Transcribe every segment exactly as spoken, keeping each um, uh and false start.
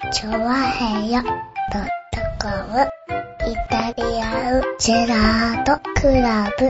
チョワヘヨドットコムイタリアンジェラートクラブ。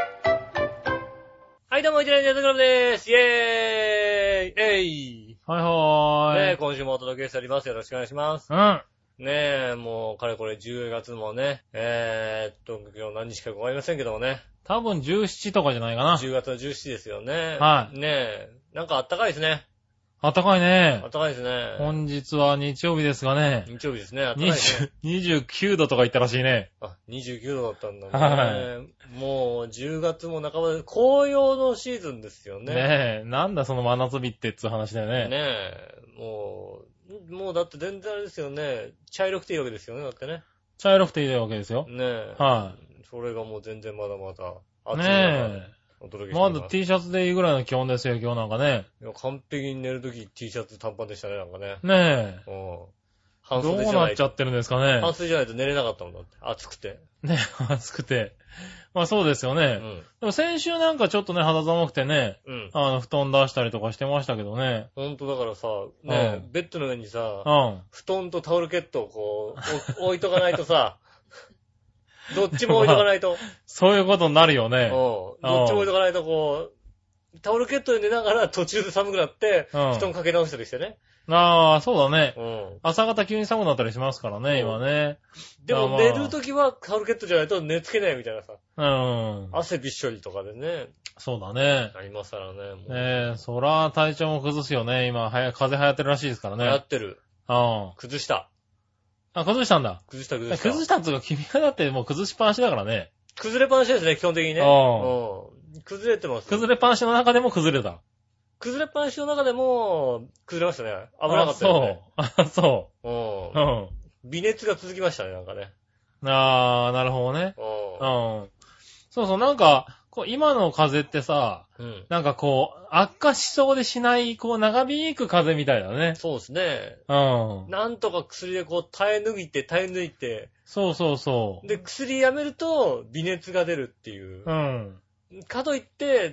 はい、どうも、イタリアンジェラートクラブでーす。イェーイえいはいはーい。 ねえ、今週もお届けしております。よろしくお願いします。 うん。 ねえ、もう、かれこれじゅうがつもね、えーっと、今日何日かわかりませんけどもね。 多分じゅうしちとかじゃないかな。 じゅうがつのじゅうしちですよね。 はい。 ねえ、なんかあったかいですね。 あったかいね。 あったかいですね。 本日は日曜日ですがね。 日曜日ですね。あったかいですね。 にじゅうきゅうどとか言ったらしいね。 あ、にじゅうきゅうどだったんだね。 はい。 もう、じゅうがつも半ばで、紅葉のシーズンですよね。 ねえ、なんだその真夏日ってっつう話だよね。 ねえ、もう、もうだって全然あれですよね。茶色くていいわけですよね、だってね。 茶色くていいわけですよ。 ねえ。 はい。 それがもう全然まだまだ暑い中、 ねえ。 お届けしてます。 まだ T シャツでいいぐらいの気温ですよ、今日なんかね。 いや、完璧に寝るとき T シャツ短パンでしたね、なんかね。 ねえ。 うん。半どう袖じゃないなっちゃってるんですかね。 半袖じゃないと寝れなかったもんだって。暑くて。 ねえ、暑くて。まあそうですよね。 うん。でも先週なんかちょっとね、肌寒くてね、 うん。 あの、布団出したりとかしてましたけどね。 ほんとだからさ、ねえ、 うんベッドの上にさ、 うん。 布団とタオルケットをこう、お置いとかないとさ、どっちも置いとかないと。 そういうことになるよね。 うん。どっちも置いとかないとこう、タオルケットで寝ながら途中で寒くなって、 うん布団かけ直したりしてね。 ああ、そうだね。 うん。 朝方急に寒くなったりしますからね、 うん今ね。 でもまあまあ寝るときはタオルケットじゃないと寝つけないみたいなさ。 うん。 汗びっしょりとかでね。 そうだね。 ありますからね。もうねえ、そら体調も崩すよね。今、はや、風邪流行ってるらしいですから流行ね。 ってる。 うん。 崩した。 あ、崩したんだ。 崩した崩した。 崩したっつうか、君はだってもう崩しっぱなしだからね。 崩れっぱなしですね、基本的にね。 ううん。崩れてます。 崩れっぱなしの中でも崩れた。 崩れっぱなしの中でも、崩れましたね。危なかったよね。 あ、そう。あ、そう。 う。うんん。 微熱が続きましたね、なんかね。 ああ、なるほどね。 ううん。そうそう、なんか、こう、今の風邪ってさ、 ん。うん。 なんかこう、悪化しそうでしない、こう、長引く風邪みたいだね。 そうですね。 うん。 なんとか薬でこう耐え抜いて耐え抜いて、 そうそうそう。 で、薬やめると微熱が出るっていう。 うん。 かといって、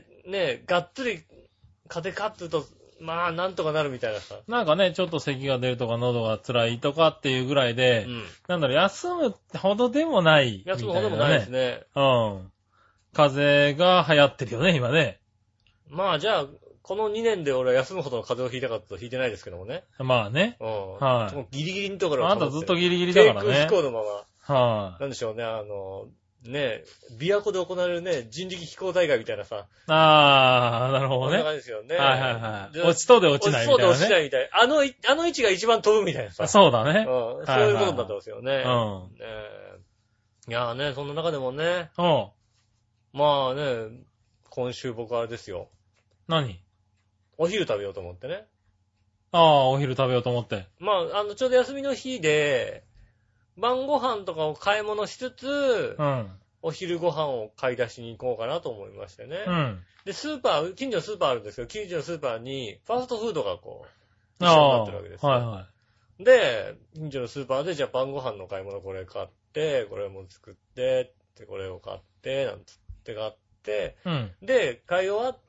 ね、がっつり風邪かっていうと、まあ、なんとかなるみたいなさ。 なんかね、ちょっと咳が出るとか喉が辛いとかっていうぐらいで、 うん。 なんだろう、休むほどでもないみたいな、ね。 休むほどもないですね。 うん。風邪が流行ってるよね、今ね。 まあ、じゃあ、このにねんで俺は休むほどの風邪をひいたかったとひいてないですけどもね。 まあね。 うん。 はいもうギリギリのところをあなたずっとギリギリだからね。 低空飛行のまま。 はい、 なんでしょうね、あの、ね、琵琶湖で行われるね、人力飛行大会みたいなさ。 あー、なるほこんなどね。 感じですよね。 はいはいはい。 で落ちそうで落ちないみたいなね。 落ちそうで落ちないみたいな。あのい、あの位置が一番飛ぶみたいなさ。 そうだね。 うん。そういうことになってますよね。 うん。 ねえいやーね、そんな中でもね、 うん。 まあね、今週僕あれですよ。 何お昼食べようと思ってね。 ああ、お昼食べようと思って。 まあ、あの、ちょうど休みの日で、晩ご飯とかを買い物しつつ、 うん。 お昼ご飯を買い出しに行こうかなと思いましてね。 うん。 で、スーパー、近所のスーパーあるんですけど、近所のスーパーにファーストフードがこう、一緒になってるわけですよ。 はいはで、近所のスーパーで、じゃあ晩ご飯の買い物これ買って、これも作って、で、これを買って、なんつって買って、 い。うん。 で、買い終わって、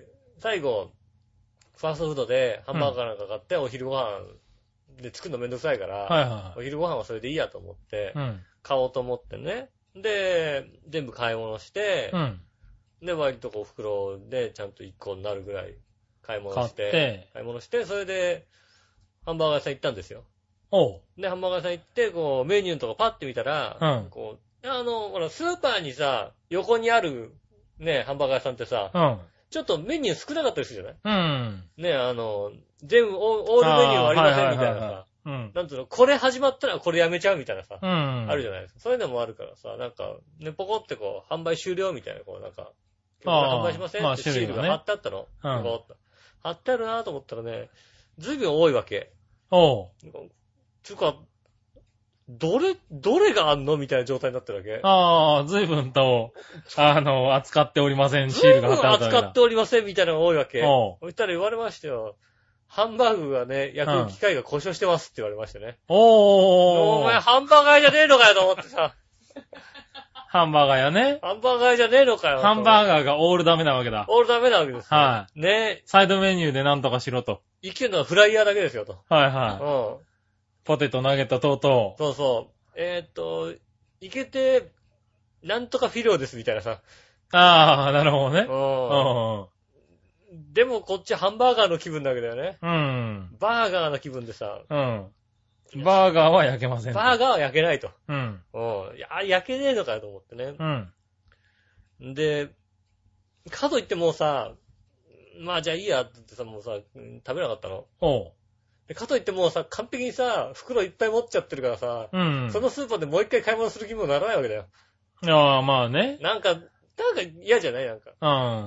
最後、ファーストフードでハンバーガーなんか買って、お昼ご飯で作るのめんどくさいから、 はいはお昼ご飯はそれでいいやと思ってい。、うん。 買おうと思ってね。で、全部買い物して、 うん。 で、割とこう袋でちゃんといっこになるぐらい買い物買っして、 て、 買い物して、それで、ハンバーガー屋さん行ったんですよ。 おう。 で、ハンバーガー屋さん行って、こう、メニューとかパッて見たら、 うんこう、あの、ほら、スーパーにさ、横にある、ね、ハンバーガー屋さんってさ、 うん。 ちょっとメニュー少なかったりするじゃないうん。 ね、あの、全部、オールメニューありませんみたいなあーはいはいはいはいさ、 うん。 なんつうの、これ始まったらこれやめちゃうみたいなさ、 うん。 あるじゃないですか。そういうのもあるからさ、なんか、ね、ポコってこう、販売終了みたいな、こう、なんか、 あー販売しませんまあってシールが種類がね貼ってあったの。 うんポコッと貼ってあるなと思ったらね、ずいぶん多いわけ。 おう。 つうか、どれ、どれがあんのみたいな状態になってるわけ。 ああ、随分と、あの、扱っておりません、シールが貼ってあったわけだ。 扱っておりませんみたいなのが多いわけ。 おう。 そしたら言われましたよ。ハンバーグがね、焼く機械が故障してますって言われましてね。 おー。 お前ハンバーガーじゃねえのかよと思ってさ。 ハンバーガーやね。 ハンバーガーじゃねえのかよ。 ハンバーガー。 ガーがオールダメなわけだ。 オールダメなわけですよ。 はねサイドメニューでなんとかしろと。 い。いけるのはフライヤーだけですよと。 はいはポテト、ナゲット等々。 そうそう。えー、っと、いけて、なんとかフィレオですみたいなさ。 ああ、なるほどね。 うん。でもこっちハンバーガーの気分だけだよね。 うん。 バーガーの気分でさ。 うん。バーガーは焼けません。 バーガーは焼けないと。 うん。 うん。いや、焼けねえのかよと思ってね。 うん。 で、かといってもうさ、まあじゃあいいやって言ってさ、もうさ、食べなかったの。 おう。 でかといってもうさ、完璧にさ、袋いっぱい持っちゃってるからさ、 うん。 そのスーパーでもう一回買い物する気もならないわけだよ。 ああ、まあね。 なんか、なんか嫌じゃないなんか。 うん。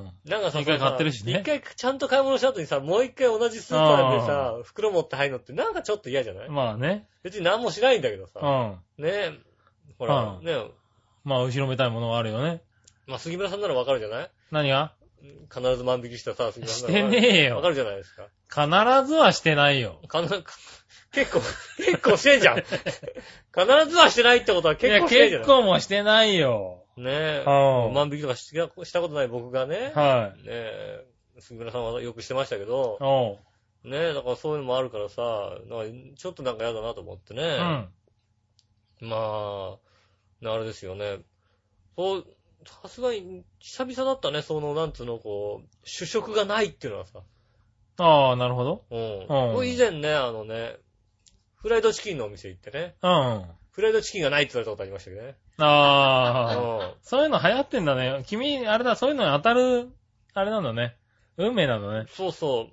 なんかさ、 一回買ってるしね。 一回ちゃんと買い物した後にさ、もう一回同じスーパーでさ、袋持って入るのってなんかちょっと嫌じゃない？ まあね。 別に何もしないんだけどさ。 うん。 ねえ。ほら、 うん、 ねえ。 まあ、後ろめたいものがあるよね。 まあ、杉村さんならわかるじゃない？ 何が？ 必ず万引きしたさ、杉村さんなら。 してねえよ。 わかるじゃないですか。 必ずはしてないよ。 かな、結構、結構してんじゃん。必ずはしてないってことは結構してんじゃん。 いや、結構もしてないよ。 ねえ。 うん。 万引きとかしたことない僕がね。 はい。 ねえ。杉村さんはよくしてましたけど。 おう。ねえ、だからそういうのもあるからさ、なんかちょっとなんか嫌だなと思ってね。うん。まあ、あれですよね。そう、さすがに久々だったね、その、なんつうの、こう、主食がないっていうのはさ。 ああ、なるほど。 うん。うん、以前ね、あのね、フライドチキンのお店行ってね。 うん。 フライドチキンがないって言われたことありましたけどね。 ああ、 うん。 そういうの流行ってんだね。君、あれだ、そういうのに当たる、あれなんだね。運命なんだね。 そうそう。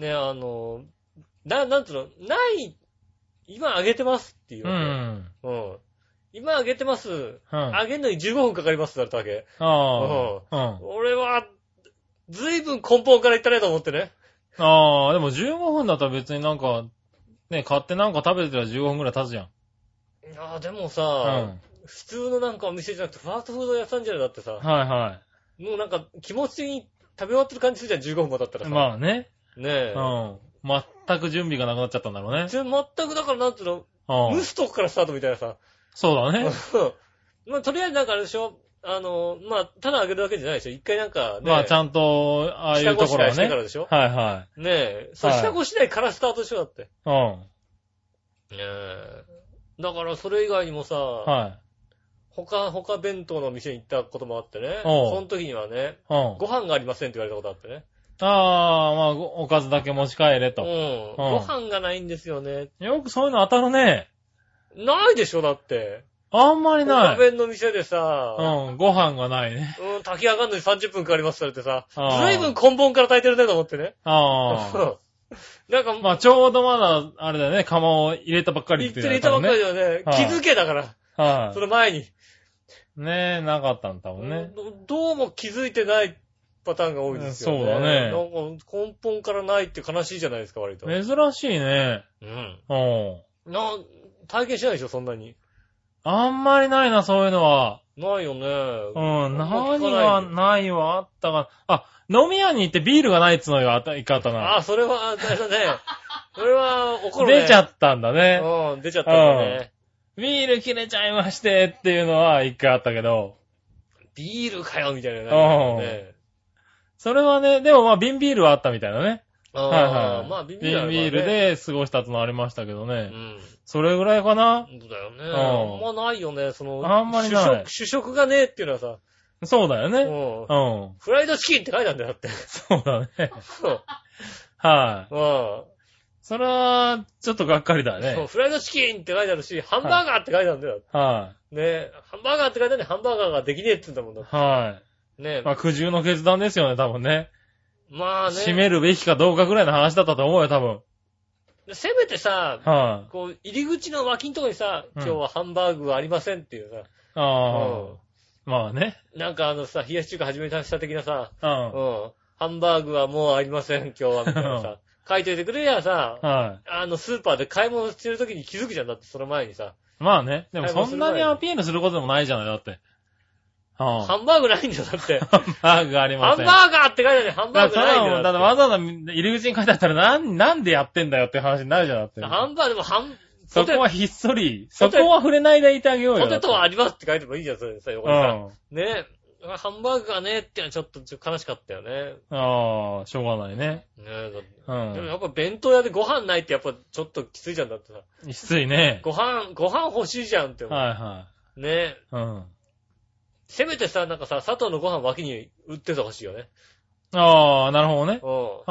ね、あの、な、なんつうの、ない、今あげてますっていう。 うん。 うん。今あげてます。うん。あげるのにじゅうごふんかかりますって言われたわけ。ああ。うん。うん。俺は、ずいぶん根本から言ったねと思ってね。 ああ、でもじゅうごふんだったら別になんか、ね、買ってなんか食べてたらじゅうごふんくらい経つじゃん。 ああ、でもさ、 うん、 普通のなんかお店じゃなくて、ファーストフード屋さんじゃないだってさ。 はいはい。 もうなんか気持ち的に食べ終わってる感じするじゃん、じゅうごふんも経ったらさ。 まあね。 ねえ。 うん。全く準備がなくなっちゃったんだろうね。 全くだからなんつうの、うん、蒸すとこからスタートみたいなさ。 そうだね。 まあ、とりあえずなんかあれでしょ、あの、まあ、ただ揚げるだけじゃないでしょ。一回なんかね。 まあ、ちゃんと、ああいうところはね。下ごしらえしてからでしょ。 はいはい。 ねえ。そう、下ごしらえからスタートでしょ、だって。 うん。 ねえ。だからそれ以外にもさ、はい。他、他弁当の店に行ったこともあってね。その時にはね、ご飯がありませんって言われたことあってね。 ああ、まあ、おかずだけ持ち帰れと。 うん。うん、ご飯がないんですよね。 よくそういうの当たるね。 ないでしょ、だって。あんまりない。他弁の店でさ、 うん、ご飯がないね。 うん、炊き上がるのにさんじゅっぷんかかりますってさ、ずいぶん根本から炊いてるねと思ってね。 ああ。 なんか、 まあ、ちょうどまだ、あれだよね、釜を入れたばっかりって言って入れたばっかりだよね。気づけだから。はい。その前に。 ねえ、なかったんだもんね。 どうも気づいてないパターンが多いですよね。 そうだね。 なんか根本からないって悲しいじゃないですか、割と。 珍しいね。 うん。うん。な、体験しないでしょ、そんなに。 あんまりないな、そういうのは。 ないよね。 うん、何がないはあったが、あ、飲み屋に行ってビールがないっつうのがいかったな。 あ、それは、あれだね。それは怒るね。 出ちゃったんだね。 うん、出ちゃったんだね。 ビール切れちゃいましてっていうのは一回あったけど。 ビールかよみたいなね。 それはね、でもまあ瓶ビールはあったみたいなね。 あはいはい。まあ瓶ビールは、 ね。瓶ビールで過ごしたってのありましたけどね。 うん。 それぐらいかな。 そうだよね。あんまないよね、その。 あんまりない。 主食、主食がねえっていうのはさ。 そうだよね。 うん。うん。フライドチキンって書いてあるんだよ、だって。 そうだね。そう。はい。うん。それは、ちょっとがっかりだね。 そう、フライドチキンって書いてあるし、ハンバーガーって書いてあるんだよ。 はい。 ねハンバーガーって書いてあるね、ハンバーガーができねえって言うんだもんだ。 はい。 ねまあ、苦渋の決断ですよね、多分ね。 まあね。 閉めるべきかどうかぐらいの話だったと思うよ、多分。 せめてさ、 はい、 こう、入り口の脇のところにさ、今日はハンバーグはありませんっていうさ。 ああ、うん。まあね。 なんかあのさ、冷やし中華始めた的なさ、 うん。 うん。ハンバーグはもうありません、今日は、みたいなさ。書いといてくれやさ、はい。あの、スーパーで買い物してる時に気づくじゃん、だってその前にさ。 まあね。でもそんなにアピールすることでもないじゃない、だって。 はあ、ハンバーグないんだよ、だって。 ハンバーグありません。 ハンバーガーって書いてあるハンバーグないんだよ。 だってわざわざ入り口に書いてあったらなん、なんでやってんだよって話になるじゃん、だって。 ハンバーグでもハン、 そこはひっそり、そこは触れないでいてあげようよ。 ポテトはありますって書いてもいいじゃん、それさ、横にさ。うん、ね。 ハンバーグがねってのはちょっと悲しかったよね。 ああ、しょうがないね。 ねえ、だって。 うん。 でもやっぱ弁当屋でご飯ないってやっぱちょっときついじゃんだってさ。 きついね。 ご飯、ご飯欲しいじゃんって思う。 はいはい。 ねえ。 うん。 せめてさ、なんかさ、佐藤のご飯脇に売っててほしいよね。 ああ、なるほどね。 うん。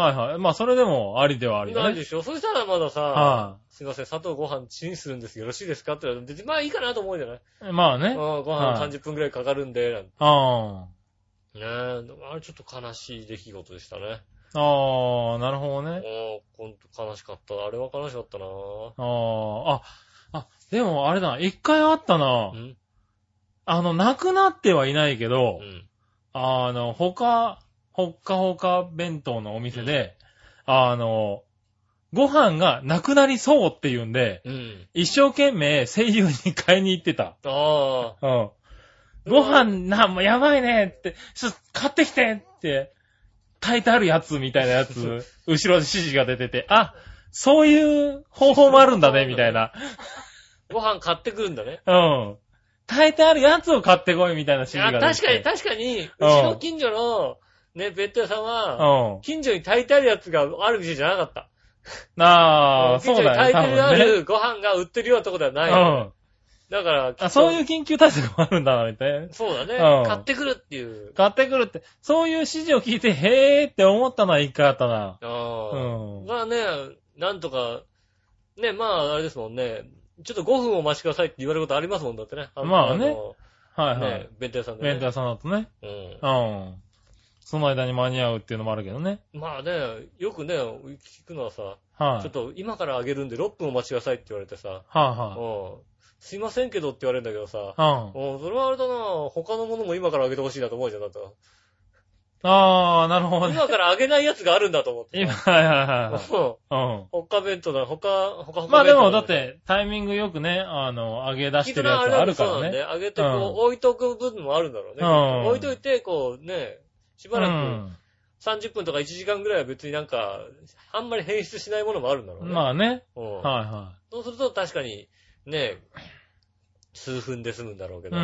はいはい。まあ、それでもありではあるよね。 ないでしょ。そしたらまださ、 はい、すいません、佐藤ご飯チンするんですよろしいですかって言われて、まあいいかなと思うじゃない。 まあね。 うん、ご飯さんじゅっぷんくらいかかるんで、なんて。 あねえ、あれちょっと悲しい出来事でしたね。 あ。ああ、なるほどね。 ああ、ほんと悲しかった。あれは悲しかったな。 ああ、あ、あ、でもあれだな、一回あったな。 んあの、なくなってはいないけど、 うん。 あの、他、ほっかほか弁当のお店で、うん、あの、ご飯がなくなりそうっていうんで、うん、一生懸命声優に買いに行ってた。ああ。うん。ご飯な、もうやばいねって、ちょっと買ってきてって、炊いてあるやつみたいなやつ、後ろで指示が出てて、あ、そういう方法もあるんだね、みたいな。 ご飯買ってくるんだね。 うん。炊いてあるやつを買ってこいみたいな指示が出てて。 確かに、確かに、うちの近所の、ね、弁当屋さんは、うん、近所に炊いてあるやつがある店じゃなかった。 ああ、そうだよね。 近所に炊いてるあるご飯が売ってるようなとこではない、ね。うん。だから、 あ、そういう緊急対策もあるんだな、みたいな。 そうだね、うん。買ってくるっていう。 買ってくるって、そういう指示を聞いて、へーって思ったのは一回あったな。 ああ。うん。まあね、なんとか、ね、まあ、あれですもんね。ちょっとごふんお待ちくださいって言われることありますもんだってね。 まあね。はいはい。 ね、弁当屋さんでね。 弁当屋さんだとね。うん。うん。その間に間に合うっていうのもあるけどね。 まあね、よくね、聞くのはさ、はい。ちょっと今からあげるんでろっぷんお待ちくださいって言われてさ。はいはい。うん。すいませんけどって言われるんだけどさ。うん。うん、それはあれだな、他のものも今からあげてほしいなと思うじゃん、だったら。ああ、なるほどね。今からあげないやつがあるんだと思って。今、はいはいはい。うん。他弁当だ、他、他、他。まあでもだって、タイミングよくね、あの、あげ出してるやつあるからね。そうなんね。あげてこう、うん、置いとく部分もあるんだろうね。うん。置いといて、こうね、しばらく、さんじゅっぷんとかいちじかんぐらいは別になんか、あんまり変質しないものもあるんだろうね。まあね。うん。はいはい。そうすると確かに、ね、数分で済むんだろうけど。うん。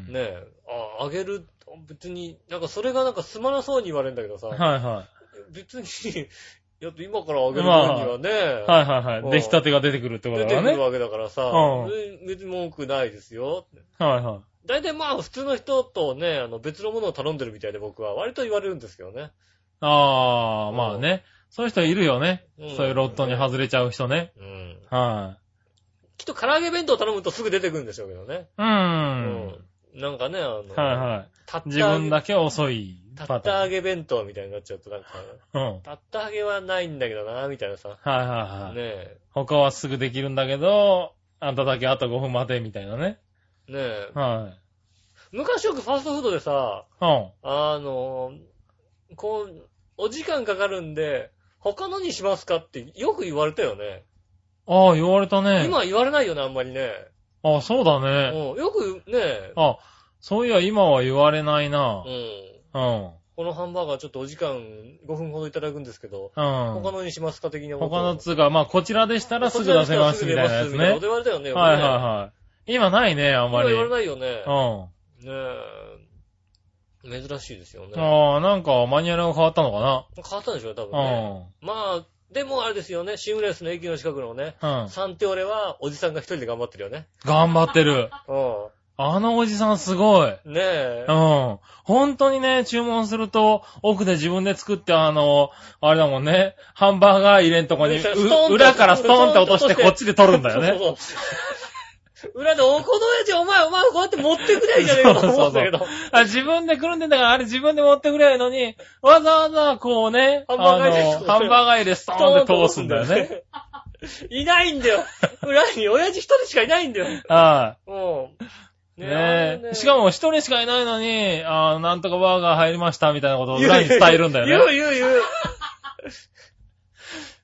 ねえ、あ、あげる、別に、なんかそれがなんかすまなそうに言われるんだけどさ。はいはい。別に、やっと今からあげる分にはね。まあ、はいはいはい。出来たてが出てくるってことだね。出てくるわけだからさ。うん。別に文句ないですよ。はいはい。大体まあ普通の人とね、あの別のものを頼んでるみたいで僕は割と言われるんですけどね。ああ、まあね。そういう人いるよね。うん、そういうロットに外れちゃう人ね。うん。はい。きっと唐揚げ弁当頼むとすぐ出てくるんでしょうけどね。うん。うん。なんかね、あの、はいはい。自分だけ遅い。たった揚げ弁当みたいになっちゃうとなんか、うん。たった揚げはないんだけどな、みたいなさ。はいはいはい。ねえ。他はすぐできるんだけど、あんただけあとごふん待て、みたいなね。ねえ。はい。昔よくファーストフードでさ、うん。あの、こう、お時間かかるんで、他のにしますかってよく言われたよね。ああ、言われたね。今は言われないよね、あんまりね。ああ、そうだね。うん。よくね。あ、そういや、今は言われないな。うん。うん。このハンバーガーちょっとお時間ごふんほどいただくんですけど、うん。他のにしますか的なこと。他のつが、まあ、こちらでしたらすぐ出せますみたいなやつね。そう言われたよね。はいはいはい。今ないね、あんまり。今言われないよね。うん。ねえ。珍しいですよね。ああ、なんかマニュアルが変わったのかな。変わったんでしょ、多分ね。うん。まあ、でもあれですよね、シングレスの駅の近くのね、うん。サンテオレはおじさんが一人で頑張ってるよね。頑張ってる。うん。あのおじさんすごい。ねえ。うん。本当にね、注文すると、奥で自分で作って、あの、あれだもんね、ハンバーガー入れんとこに、裏からストーンって落としてこっちで取るんだよね。そうそう裏で、お、この親父お前、お前こうやって持ってくれいじゃねえかと思うんだけど。そうそうそうあ自分でくるんでんだから、あれ自分で持ってくれいのに、わざわざこうね、ハンバーガー入れ、ハンバーガー入れストーンって通すんだよね。いないんだよ。裏に親父一人しかいないんだよ。はい。もう。ねえ。ねしかも一人しかいないのに、あーなんとかバーガー入りましたみたいなことを裏に伝えるんだよね。言う言う言う。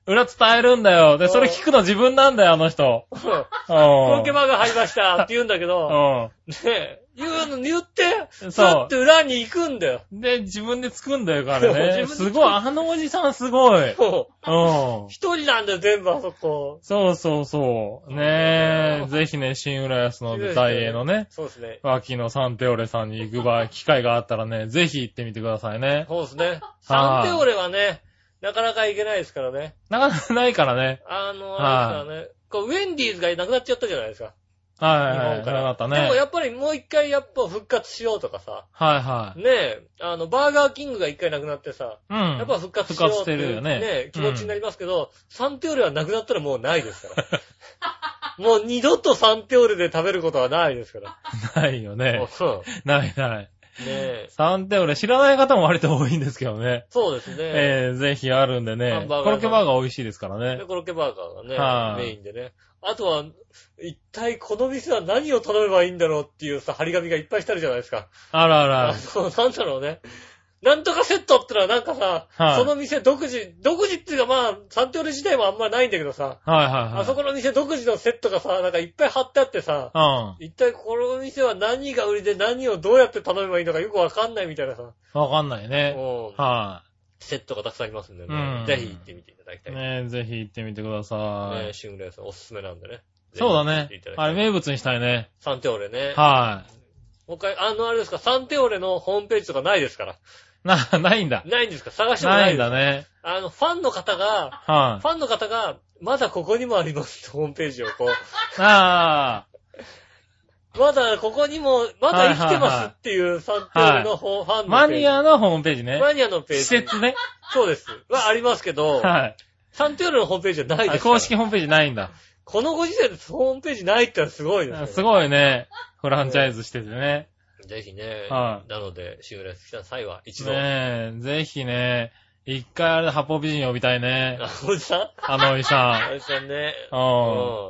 裏伝えるんだよ。で、それ聞くの自分なんだよ、あの人。 コロッケバーガー入りましたって言うんだけど、ねえ、言うの、言って、そうって裏に行くんだよ。 で、自分で作んだよ、彼ね。すごい、あのおじさんすごい。そう。うん。一人なんだよ、全部あそこ。 そうそうそう。ねえ、ぜひね、新浦安の大英のね、 そうですね。 脇のサンテオレさんに行く場合、機会があったらね、ぜひ行ってみてくださいね。 そうですね。サンテオレはね、なかなか行けないですからね。 なかなかないからね。 あの、あれですからね。こう、ウェンディーズがなくなっちゃったじゃないですか。 はいはいはい。日本から。なかったね。 でもやっぱりもう一回やっぱ復活しようとかさ。 はいはい。 ねえ、あの、バーガーキングが一回なくなってさ。うん。やっぱ復活しようっていう、ね。復活してるよね。ね気持ちになりますけど、うん、サンテオーレはなくなったらもうないですから。もう二度とサンテオーレで食べることはないですから。 ないよね。ないない。ねえ。 サンテオレ知らない方も割と多いんですけどね。 そうですね。 えー、ぜひあるんでね。コロッケバーガー美味しいですからね。 コロッケバーガーがね、はメインでね。あとは、一体この店は何を頼めばいいんだろうっていうさ、張り紙がいっぱいしてあるじゃないですか。 あらあら。 あの、なんだろうね。なんとかセットってのはなんかさ、はい、その店独自、独自っていうかまあ、サンテオレ自体もあんまないんだけどさ、 はいはいはい。 あそこの店独自のセットがさ、なんかいっぱい貼ってあってさ、うん、一体この店は何が売りで何をどうやって頼めばいいのかよくわかんないみたいなさ。 わかんないね。 うん。はい、セットがたくさんありますんでね、うん、ぜひ行ってみていただきたい。 ねえ、ぜひ行ってみてください。 ねえ、シングレースおすすめなんでね。 そうだね。あれ名物にしたいね。 サンテオレね。 はい。 もう一回、あのあれですか、サンテオレのホームページとかないですから。 な、ないんだ。 ないんですか探してもないんだね。 あの、ファンの方が、はい、ファンの方が、まだここにもありますホームページをこう。 ああ。 まだここにも、まだ生きてますっていうサンテオレのファンのページ。 マニアのホームページね。 マニアのページ。 施設ね。 そうです。はありますけど、はい。サンテオレのホームページはないです。 公式ホームページないんだ。 このご時世でホームページないってのはすごいですね。 すごいね。フランチャイズしててね。 ぜひね。はい。なので、シングレス来た際は一度。 ねえ、ぜひね。一回あれで八方美人呼びたいね。 あ、おじさんあのおじさん。 あのおじさんね。 うん。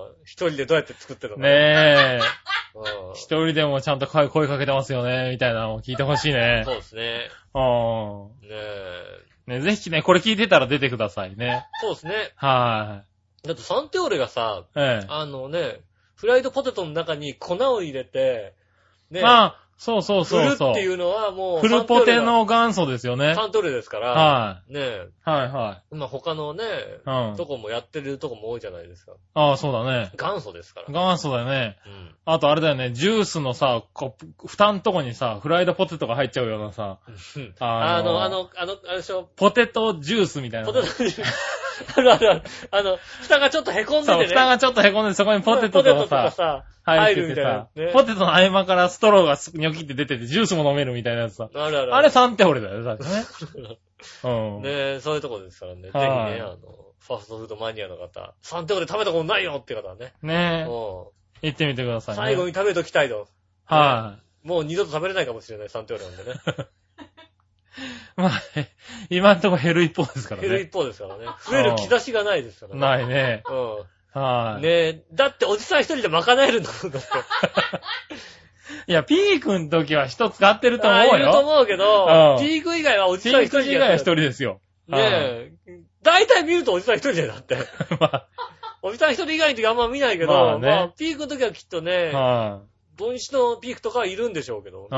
一人でどうやって作ってるのかねえ。一人でもちゃんと声かけてますよね、みたいなのを聞いてほしいね。 そうですね。 うん。 ねえ。 ね、ぜひね、これ聞いてたら出てくださいね。 そうですね。 はい。 だってサンテオレがさ、 ええ、 あのね、フライドポテトの中に粉を入れて、 ね。まあ、そうそうそうそう。 フルっていうのはもう、 フルポテの元祖ですよね。 サンテオレですから、 はい。 ねえ。 はいはい。 まあ他のね、うん、とこもやってるとこも多いじゃないですか。 ああ、そうだね。 元祖ですから。 元祖だよね。うん。あとあれだよね、ジュースのさ、こ蓋のとこにさ、フライドポテトが入っちゃうようなさ。 あの、あの、あの、あれでしょ。 ポテトジュースみたいな。 ポテトジュース。あるあるある。あの、蓋がちょっと凹んでてね。 そう、蓋がちょっと凹んでそこにポテトとかさ、入るみたいな。ポテトの合間からストローがニョキって出てて、ジュースも飲めるみたいなやつさ。 あるある。 あれサンテオレだよね、確かね。 うん。ねそういうとこですからね。ぜひね、あの、ファーストフードマニアの方、サンテオレ食べたことないよって方はね。 ねえ。行ってみてくださいね。 最後に食べときたいと。 はい。 もう二度と食べれないかもしれない、サンテオレなんでね。 まあ、今んとこ減る一方ですからね。 減る一方ですからね。増える兆しがないですからね。 ないね。 うん。 はい。 ねえ、だっておじさん一人で賄えるのだって。 いや、ピークの時は人使ってると思うよ。 ああ、いると思うけど、うん、ピーク以外はおじさん一人で。 ピーク以外は一人ですよ。 ねえ。大体見るとおじさん一人でだって。まあ、おじさん一人以外の時あんま見ないけど、まあね、まあ、ピークの時はきっとね、はい、盆子のピークとかはいるんでしょうけどね。 うん、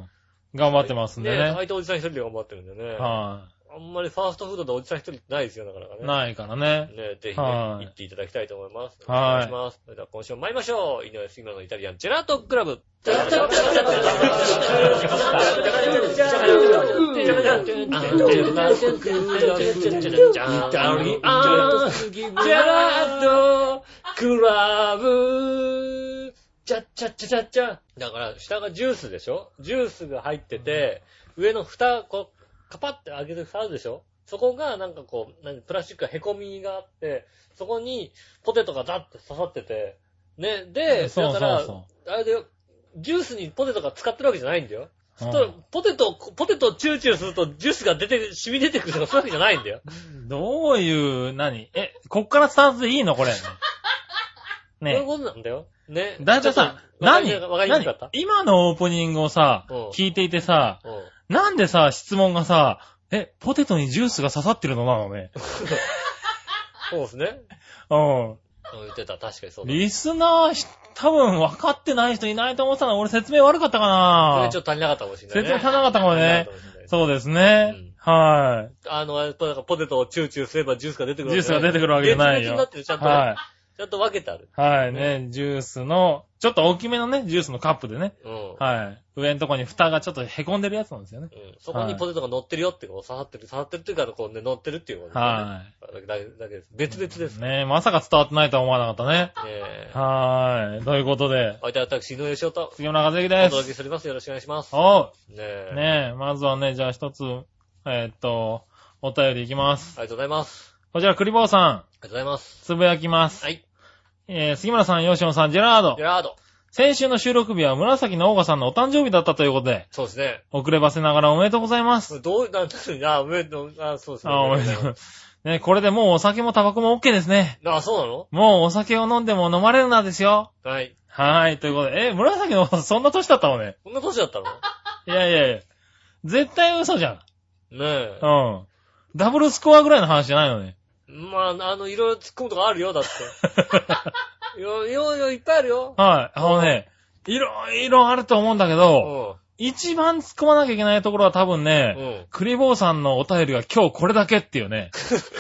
頑張ってますんでね。 ね、大体おじさん一人で頑張ってるんでね。はい、あんまりファーストフードでおじさん一人ってないですよ、なかなかね。 ないからね。 ね、ぜひね、行っていただきたいと思います。お願いします。それでは今週も参りましょう。井上杉村のイタリアンジェラートクラブ。チャッチャッチャチャッチャ。だから、下がジュースでしょ？ジュースが入ってて、上の蓋、こう、カパって開けて蓋あるでしょ？そこがなんかこう、何、プラスチックが凹みがあって、そこにポテトがザッと刺さってて、ね、で、だから、あれで、ジュースにポテトが使ってるわけじゃないんだよ。うん、ポテト、ポテトをチューチューするとジュースが出て、染み出てくるとかそういうわけじゃないんだよ。 どういう、何え、こっからスタンスでいいのこれ。ね。 そういうことなんだよ。ね。 だいたいさ、何わかりにくかった？ 今のオープニングをさ、聞いていてさ、なんでさ、質問がさ、え、ポテトにジュースが刺さってるのなのね。 そうですね。 うん。 言ってた、確かにそうだ。 リスナー、多分分かってない人いないと思ってたの。俺説明悪かったかな。 それちょっと足りなかったかもしれないね。 説明足りなかったかもね。そうですね。うん、はい。 あの、ポテトをチューチューすればジュースが出てくるわけジュースが出てくるわけじゃないよ。 別々になってる、ちゃんと、ね。はい。ちゃんと分けてある。 はいね、ジュースの、ちょっと大きめのね、ジュースのカップでね。うん。はい。上のところに蓋がちょっと凹んでるやつなんですよね。 うん。そこにポテトが乗ってるよってこう、刺さってる、刺さってるっていうから、こうね、乗ってるっていうことですね。はい。 だけだけです。別々です。 ねえ、まさか伝わってないとは思わなかったね。ねえ。はーい。ということで。 相手は私、井上翔と。 杉村和之です。 お届けしております。よろしくお願いします。 おう。 ねえ。 ねえ、まずはね、じゃあ一つ、えー、っと、お便りいきます。 ありがとうございます。 こちら、クリボーさん。ありがとうございます。 つぶやきます。 はい。 えー、杉村さん、吉野さん、ジェラード。 ジェラード。 先週の収録日は紫のオーガさんのお誕生日だったということで。 そうですね。 遅ればせながらおめでとうございます。 どう、なんだ、あ、おめでとう、あ、そうですね。 あ、おめでとう。ね、これでもうお酒もタバコも OK ですね。 あ、そうなの？ もうお酒を飲んでも飲まれるなですよ。 はい。 はい、ということで。え、紫のそんな年だったのね。 そんな年だったの？ いやいやいや。絶対嘘じゃん。ねえ。 うん。ダブルスコアぐらいの話じゃないのね。 まあ、あの、いろいろ突っ込むとこあるよ、だって。いろいろいっぱいあるよ。 はい。あのね、いろいろあると思うんだけど、一番突っ込まなきゃいけないところは多分ね、うん、クリボーさんのお便りが今日これだけっていうね。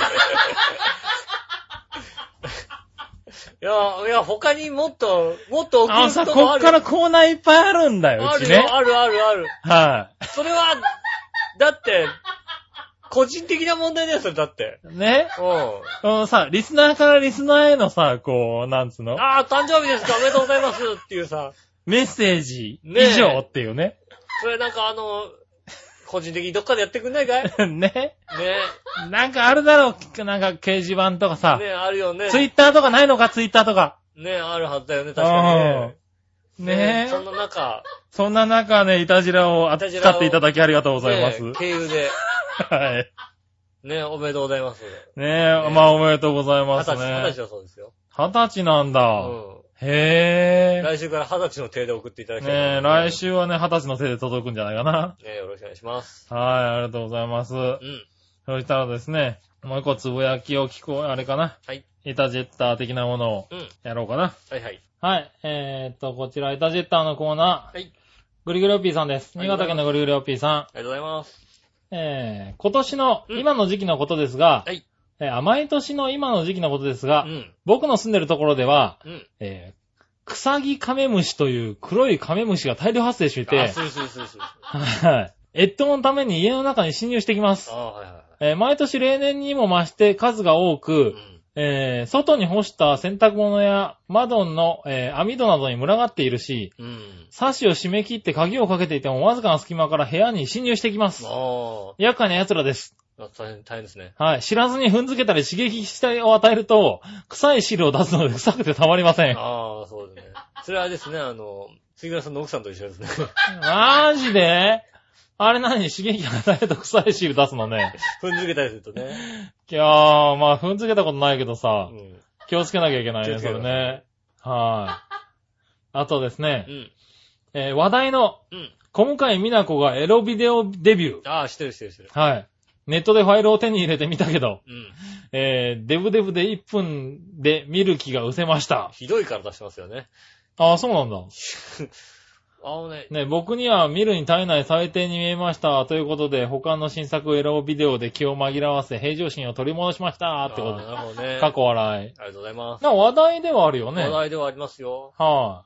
いや、いや、他にもっと、もっと送ることもある。 あのさ、こっからコーナーいっぱいあるんだよ、うちね。 あるよ、あるあるある。 はい。 それは、だって、個人的な問題だよ、それだって。 ね。うん。うん、さ、リスナーからリスナーへのさ、こう、なんつうの？ ああ、誕生日ですか、おめでとうございますっていうさ。 メッセージ以上っていうね。 それなんかあの、個人的にどっかでやってくんないかい？ ね。ね。なんかあるだろう、なんか掲示板とかさ。 ね、あるよね。 ツイッターとかないのか、ツイッターとか。 ね、あるはずだよね、確かにね。 ねえ。 そんな中。 そんな中ね、イタジラを扱っていただきありがとうございます。 ね、経由で。 はい。 ね、おめでとうございます。 ねえ、まあおめでとうございますね。 二十歳、二十歳だそうですよ。 二十歳なんだ。うん。へえ。 来週から二十歳の手で送っていただきたい。 ねえ、来週はね、二十歳の手で届くんじゃないかな。 ねえ、よろしくお願いします。 はい、ありがとうございます。うん。そしたらですね、もう一個つぶやきを聞こう、あれかな。はい。イタジェッター的なものを、やろうかな。 うん。はいはい。 はい、えーっと、こちら、イタジェッターのコーナー。はい。グリグリオッピーさんです。新潟県のグリグリオッピーさん。ありがとうございます。 えー、今年の、今の時期のことですが、はい。えー、毎年の今の時期のことですが、うん、僕の住んでるところでは、うん、えー、クサギカメムシという黒いカメムシが大量発生していて、 あ、そうそうそうそう。 はい。越冬のために家の中に侵入してきます。あ、はいはいはい。えー、毎年例年にも増して数が多く、うん、えー、外に干した洗濯物や窓の、えー、網戸などに群がっているし、うん、サッシを閉め切って鍵をかけていてもわずかな隙間から部屋に侵入してきます。あ、厄介な奴らです。 大変、大変ですね。 はい。知らずに踏んづけたり刺激したを与えると、臭い汁を出すので臭くてたまりません。 ああ、そうですね。それはですね、あの、杉村さんの奥さんと一緒ですね。 マジで？あれ何？刺激与えると臭い汁出すのね。 踏んづけたりするとね。 いやー、まあ、踏んづけたことないけどさ、うん、気をつけなきゃいけないね、それね。はい。あとですね、うん、えー、話題の、うん、小向井美奈子がエロビデオデビュー。 ああ、してるしてるしてる。 はい。ネットでファイルを手に入れてみたけど、うん、えー、デブデブでいっぷんで見る気が失せました。 ひどいから出してますよね。 ああ、そうなんだ。 あのね。 ね、僕には見るに耐えない最低に見えました。ということで、他の新作エロビデオで気を紛らわせ、平常心を取り戻しました。ってことで。 なるほどね。 過去笑い。 ありがとうございます。 なんか話題ではあるよね。 話題ではありますよ。 はい、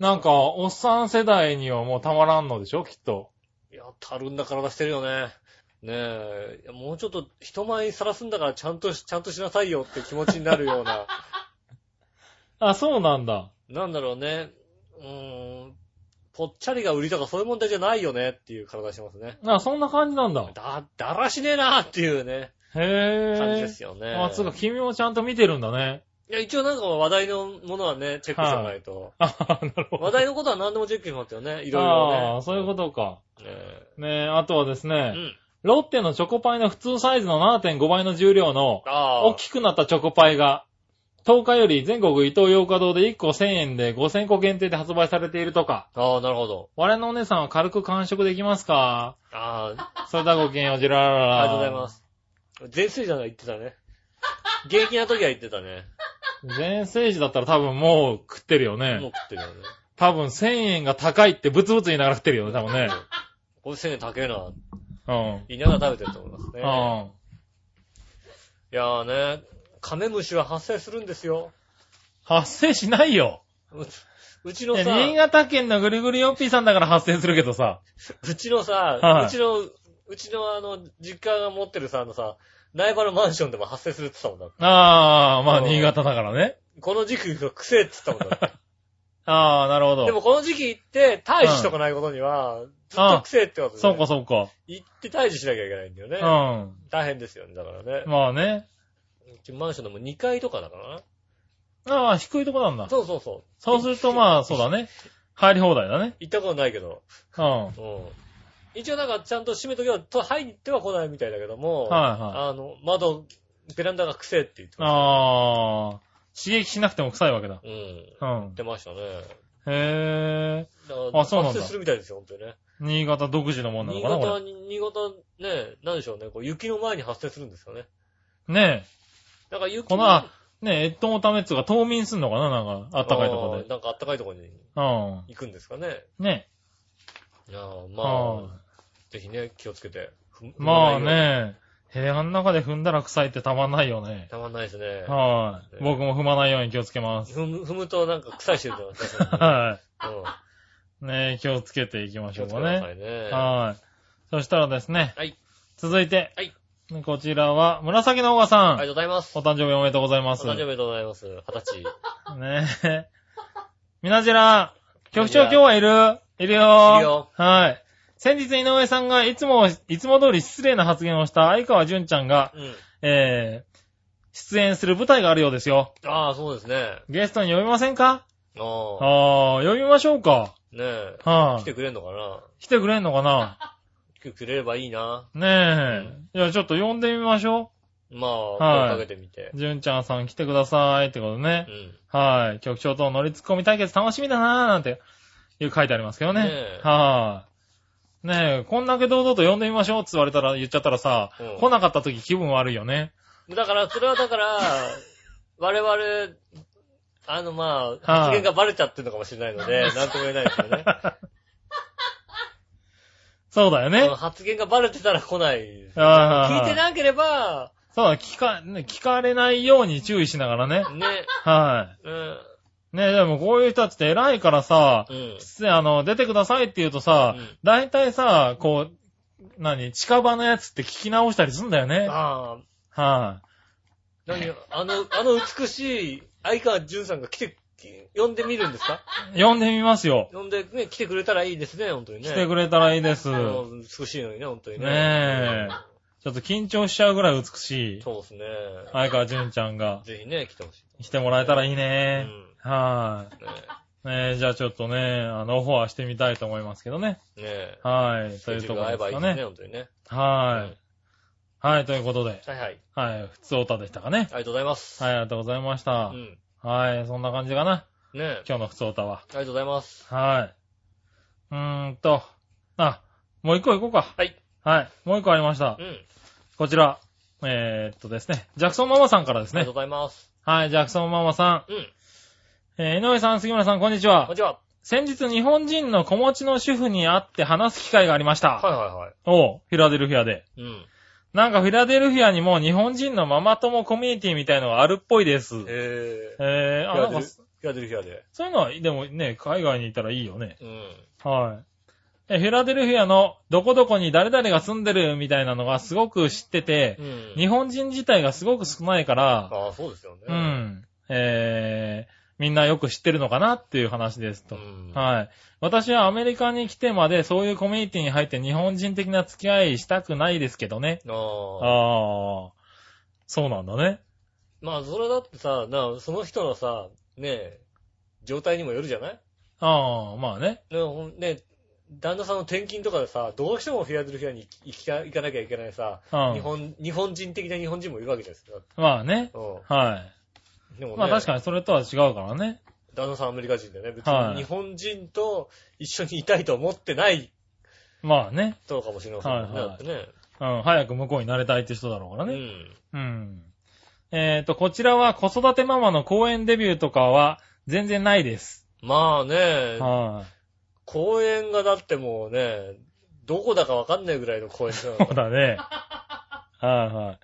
なんか、おっさん世代にはもうたまらんのでしょ、きっと。 いや、たるんだ体してるよね。ねえ、もうちょっと人前にさらすんだからちゃんとし、ちゃんとしなさいよって気持ちになるような。 あ、そうなんだ。 なんだろうね。うーん。ぽっちゃりが売りとかそういう問題じゃないよねっていう体してますね。 あ、そんな感じなんだ。 だ、だらしねえなっていうね。 へぇー。 感じですよね。 あ、つうか君もちゃんと見てるんだね。 いや、一応なんか話題のものはね、チェックしてないと。 あ、なるほど。 話題のことは何でもチェックしますよね。いろいろね。 ああ、そういうことか。ねえ。ねえ、あとはですね、うん、ロッテのチョコパイの普通サイズの ななてんご 倍の重量の大きくなったチョコパイがとおかより全国イトーヨーカ堂でいっこせんえんでごせんこ限定で発売されているとか。 ああ、なるほど。 我のお姉さんは軽く完食できますか？ ああ。 それではごきげんよう、ジェラララ。 ありがとうございます。全水じゃない言ってたね。 現役な時は言ってたね。 全盛時だったら多分もう食ってるよね。 もう食ってるよね。 多分せんえんが高いってブツブツ言いながら食ってるよね、多分ね。 これせんえん高えな。 うん。 言いながら食べてると思いますね。 うん。 いやーね、カメムシは発生するんですよ。 発生しないよ。 う, うちのさ、 新潟県のぐるぐるよっぴーさんだから発生するけどさ。 うちのさ、 はい、 うちの、うちのあの、実家が持ってるさ、あのさ、苗場のマンションでも発生するって言ったもんだって。 ああ、まあ新潟だからね。 この時期がくせえって言ったもんだって。 ああ、なるほど。 でもこの時期行って退治しとかないことには、うん、ずっとくせえってことで、ね。 そうかそうか。 行って退治しなきゃいけないんだよね。 うん。 大変ですよね、だからね。 まあね。 うちマンションでもにかいとかだからな。ああ、低いとこなんだ。 そうそうそう。 そうするとまあ、そうだね。入り放題だね。 行ったことないけど。 うん。 うん。一応なんかちゃんと閉めとけば、と入っては来ないみたいだけども、 はいはい。 あの、窓、ベランダが臭いって言ってました、ね。 ああ、刺激しなくても臭いわけだ。 うん。うん。 言ってましたね。 へえ。 あ、そうなんだ。発生するみたいですよ、本当にね。 新潟独自のもんなのかな、 新潟、新潟、ね、なんでしょうね、こう雪の前に発生するんですかね。 ねえ。 なんか雪この、ねえ、越冬のためっつうか冬眠すんのかな、なんか、あったかいとこで。 なんかあったかいとこに行くんですかね。 ねえ。いやまあ、ぜひね、気をつけて。 まあね、部屋の中で踏んだら臭いってたまんないよね。 たまんないですね。 はい、ね。僕も踏まないように気をつけます。 踏む、踏むとなんか臭いしてるじゃないですか。はい。うん、ねえ、気をつけていきましょうかね。はいね。はい。そしたらですね。はい。続いて。はい。こちらは、紫のおばさん。 ありがとうございます。 お誕生日おめでとうございます。 お誕生日おめでとうございます。二十歳。 ねえ。みなじら、局長今日はいる？いるよー。いるよ。 はい。先日井上さんがいつも、いつも通り失礼な発言をした相川淳ちゃんが、うん、えー、出演する舞台があるようですよ。 ああ、そうですね。 ゲストに呼びませんか？ああ。ああ、呼びましょうか。 ねえ。はい、来てくれんのかな？ 来てくれんのかな？ 来てくれればいいな。 ねえ。うん、いや、ちょっと呼んでみましょう。まあ、はい、声かけてみて。 淳ちゃんさん来てくださいってことね。うん。はい。局長と乗りツッコミ対決楽しみだなーなんて、いう書いてありますけどね。ねえ。はい。ねえ、こんだけ堂々と呼んでみましょうって言われたら、言っちゃったらさ、うん、来なかった時気分悪いよね。 だから、それはだから、我々、あのまあ、発言がバレちゃってるのかもしれないので、なんとも言えないですよね。 そうだよね。 発言がバレてたら来ないです、ね。聞いてなければ、 そうだ、聞か、ね、聞かれないように注意しながらね。 ね。 はい。うんねえ、でもこういう人たちって偉いからさ、うん、あの、出てくださいって言うとさ、うん、大体さ、こう、何、近場のやつって聞き直したりすんだよね。ああ。はい、 何、あの、あの美しい相川淳さんが来て、呼んでみるんですか？ 呼んでみますよ。 呼んでね、来てくれたらいいですね、本当にね。 来てくれたらいいです。 美しいのにね、本当にね。 ねえ。ちょっと緊張しちゃうぐらい美しい。 そうですね。 相川淳ちゃんが。 ぜひね、来てほしい。 来てもらえたらいいね。うんはい、 ねねえ、じゃあちょっとね、あの、オファーしてみたいと思いますけどね。 ねえ。 はい。というところですかね。合えばいいですね、 本当にね。 はい、うん。はい、ということで。 はいはい。 はい、普通オタでしたかね。 ありがとうございます。 はい、ありがとうございました。うん。はい、そんな感じかな。 ねえ。 今日の普通オタは。 ありがとうございます。 はい。うーんと、あ、もう一個行こうか。 はい。 はい、もう一個ありました。 うん。 こちら。えー、っとですね、ジャクソンママさんからですね。 ありがとうございます。 はい、ジャクソンママさん。 うん。 えー、井上さん、杉村さん、こんにちは。 こんにちは。 先日、日本人の子持ちの主婦に会って話す機会がありました。 はいはいはい。 おう、フィラデルフィアで。 うん。 なんかフィラデルフィアにも日本人のママ友コミュニティみたいのがあるっぽいです。へー。 えー、あ、なんか、フィラデルフィアで。 そういうのは、でもね、海外にいたらいいよね。 うん。 はい。フィラデルフィアのどこどこに誰々が住んでるみたいなのがすごく知ってて、うん、日本人自体がすごく少ないから、 ああ、そうですよね。 うん。えー、みんなよく知ってるのかなっていう話ですと。うん、はい。私はアメリカに来てまでそういうコミュニティに入って日本人的な付き合いしたくないですけどね。ああ。ああ。そうなんだね。 まあ、それだってさ、な、その人のさ、ねえ、状態にもよるじゃない？ ああ、まあね。 ね、ね旦那さんの転勤とかでさ、どうしてもフィラデルフィアに行き行かなきゃいけないさ、うん、日本、日本人的な日本人もいるわけですよ。 まあね。うん、はい。でもね、まあ確かにそれとは違うからね。 旦那さんアメリカ人でね、別に日本人と一緒にいたいと思ってない。 まあね。 そうかもしれませんね。はいはい、だってね。 うん、早く向こうに慣れたいって人だろうからね。うん。うん。 えっと、こちらは子育てママの公演デビューとかは全然ないです。 まあね、 はい、 公演がだってもうね、どこだかわかんないぐらいの公演だそうだね。はいはい。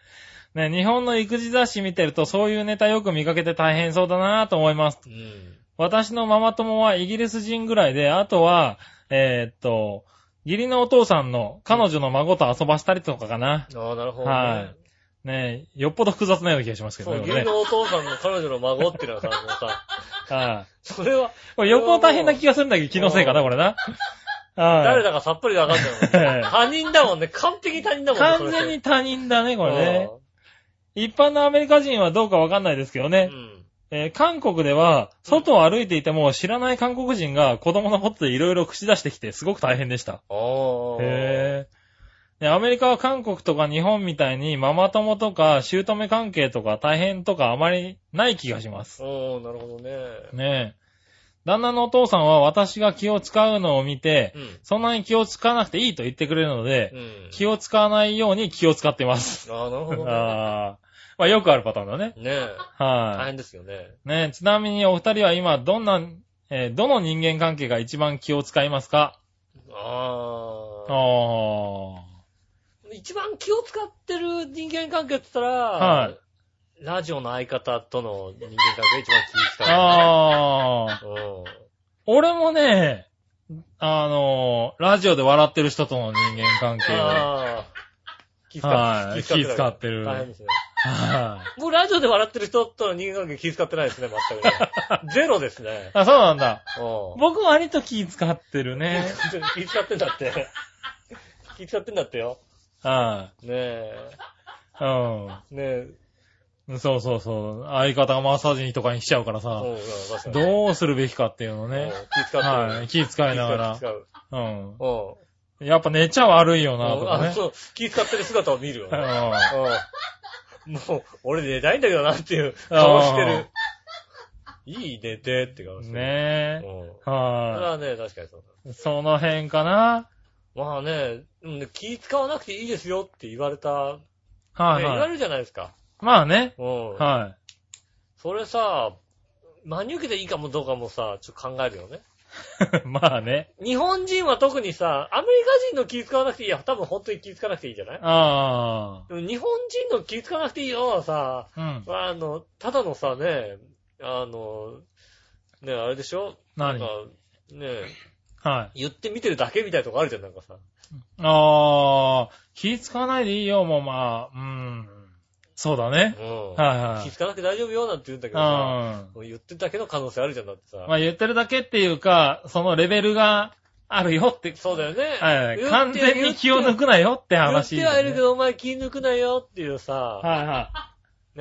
ね、日本の育児雑誌見てるとそういうネタよく見かけて大変そうだなぁと思います。うん、私のママ友はイギリス人ぐらいで、あとは、えー、っと、義理のお父さんの彼女の孫と遊ばしたりとかかな。 うん、ああ、なるほどね。 はい。ねえ、よっぽど複雑なような気がしますけどね。 そう、義理のお父さんの彼女の孫っていうのはさ、もうさ、 はい。 それは、 これよっぽど大変な気がするんだけど、気のせいかな、これな。 誰だかさっぱりわかんないもん。他人だもんね。完璧他人だもんね。 完全に他人だね、これね。一般のアメリカ人はどうかわかんないですけどね。うんえー、韓国では、外を歩いていても知らない韓国人が子供のことでいろいろ口出してきてすごく大変でした。へー。で、アメリカは韓国とか日本みたいにママ友とか姑関係とか大変とかあまりない気がします。 おー、なるほどね。 ねえ。旦那のお父さんは私が気を使うのを見て、うん、そんなに気を使わなくていいと言ってくれるので、うん、気を使わないように気を使ってます。 ああ、なるほどね。 あまあよくあるパターンだね。 ねえ。 はい、 大変ですよね。 ねえ、ちなみにお二人は今どんな、えー、どの人間関係が一番気を使いますか？ ああ。 ああ。 一番気を使ってる人間関係って言ったら、はい。ラジオの相方との人間関係が一番気使う、ね。 ああ。俺もね、あのー、ラジオで笑ってる人との人間関係は気使ってる。 気使ってる。 大変ですね。はい。僕、ラジオで笑ってる人との人間関係気使ってないですね、全くね。ゼロですね。 あ、そうなんだ。僕割と気使ってるね。 気使ってんだって。気使ってんだってよ。 はい。 ねえ。 うん。 ねえ。そうそうそう。相方がマッサージとかに来ちゃうからさ。うん、どうするべきかっていうのね。 気使ってる。 はい。気使いながら。 気使う。 うん。うん。やっぱ寝ちゃ悪いよな、とかね。 そう、気使ってる姿を見るよ。うん。もう、俺寝たいんだけどなっていう顔してる。いい寝てって顔してる。 ねえ。 うん。はい。それはね、確かにそうだ。その辺かな。 まあね、気使わなくていいですよって言われた。はい、はい。言われるじゃないですか。 まあね。 うん。 はい。 それさ、真に受けていいかもどうかもさ、ちょっと考えるよね。 まあね。 日本人は特にさ、アメリカ人の気使わなくていいや、多分本当に気使わなくていいじゃないああ。 でも日本人の気使わなくていいよはさ、うん、あの、ただのさ、ね、あの、ね、あれでしょ何なんか、ね、 はい。 言ってみてるだけみたいなとこあるじゃん、なんかさ。 ああ、気使わないでいいよ、もうまあ、うん。そうだね。 うん。 はいはい。 気使わなくて大丈夫よ、なんて言うんだけどさ、うん、言ってるだけの可能性あるじゃん、だってさ。 まあ言ってるだけっていうか、そのレベルがあるよって。 そうだよね。 はいはい。完全に気を抜くなよって話、 ね。言ってはいるけど、お前気抜くなよっていうさ。 はいはい。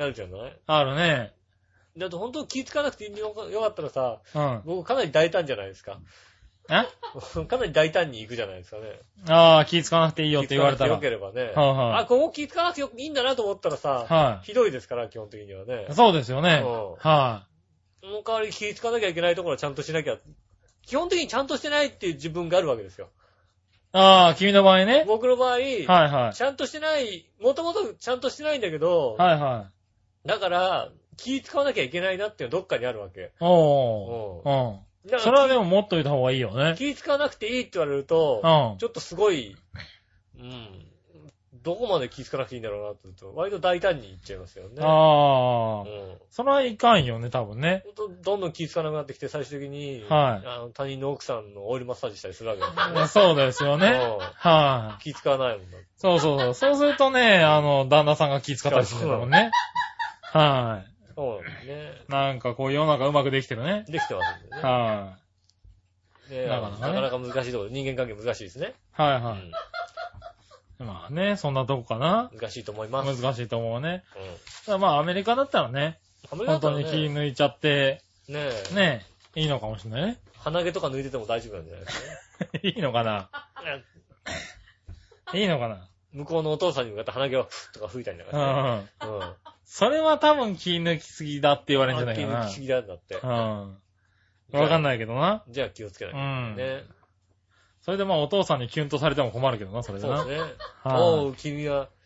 なるじゃないあるね。 だって本当気使わなくてよかったらさ、 うん、 僕かなり大胆じゃないですか。 えかなり大胆に行くじゃないですかね。 ああ、気使わなくていいよって言われたら。 気使わなくてよければね。 はいはい、 あ、ここ気使わなくていいんだなと思ったらさ、はい、ひどいですから、基本的にはね。 そうですよね。うん、はい、 その代わり気使わなきゃいけないところはちゃんとしなきゃ。基本的にちゃんとしてないっていう自分があるわけですよ。 ああ、君の場合ね。 僕の場合、はいはい、 ちゃんとしてない、もともとちゃんとしてないんだけど、 はいはい。 だから、気使わなきゃいけないなっていうのはどっかにあるわけ。 おー。うん。それはでも持っといた方がいいよね。 気使わなくていいって言われると、うん、ちょっとすごい、うん、どこまで気使わなくていいんだろうなって言うと、割と大胆に言っちゃいますよね。 ああ、うん。それはいかんよね、多分ね。 どんどん気使わなくなってきて、最終的に、 はい、 あの他人の奥さんのオイルマッサージしたりするわけですよね。 そうですよね。はい、 気使わないもんだ。 そうそうそう。そうするとね、あの、旦那さんが気使ったりするんだもんね。はい、 そうなんですね。 なんかこう世の中うまくできてるね。 できてますんでね。 はい、 ね、なかなかね。なかなか難しいところ、人間関係難しいですね。 はいはい。うん、まあね、そんなとこかな。 難しいと思います。 難しいと思うね。うん。だからまあアメリカだったらね、アメリカだったらね本当に気抜いちゃって、ねえ。ねえ、いいのかもしれないね。 鼻毛とか抜いてても大丈夫なんじゃないですかね。 いいのかな。いいのかな。 向こうのお父さんに向かって鼻毛をふっとか吹いたりなんかして。うん。うん。 それは多分気抜きすぎだって言われるんじゃないかな。 気抜きすぎだんだって。うん。 わかんないけどな。 じゃあ気をつけないとね。 それでまあお父さんにキュンとされても困るけどな、それでな。 そうですね。おう、君は、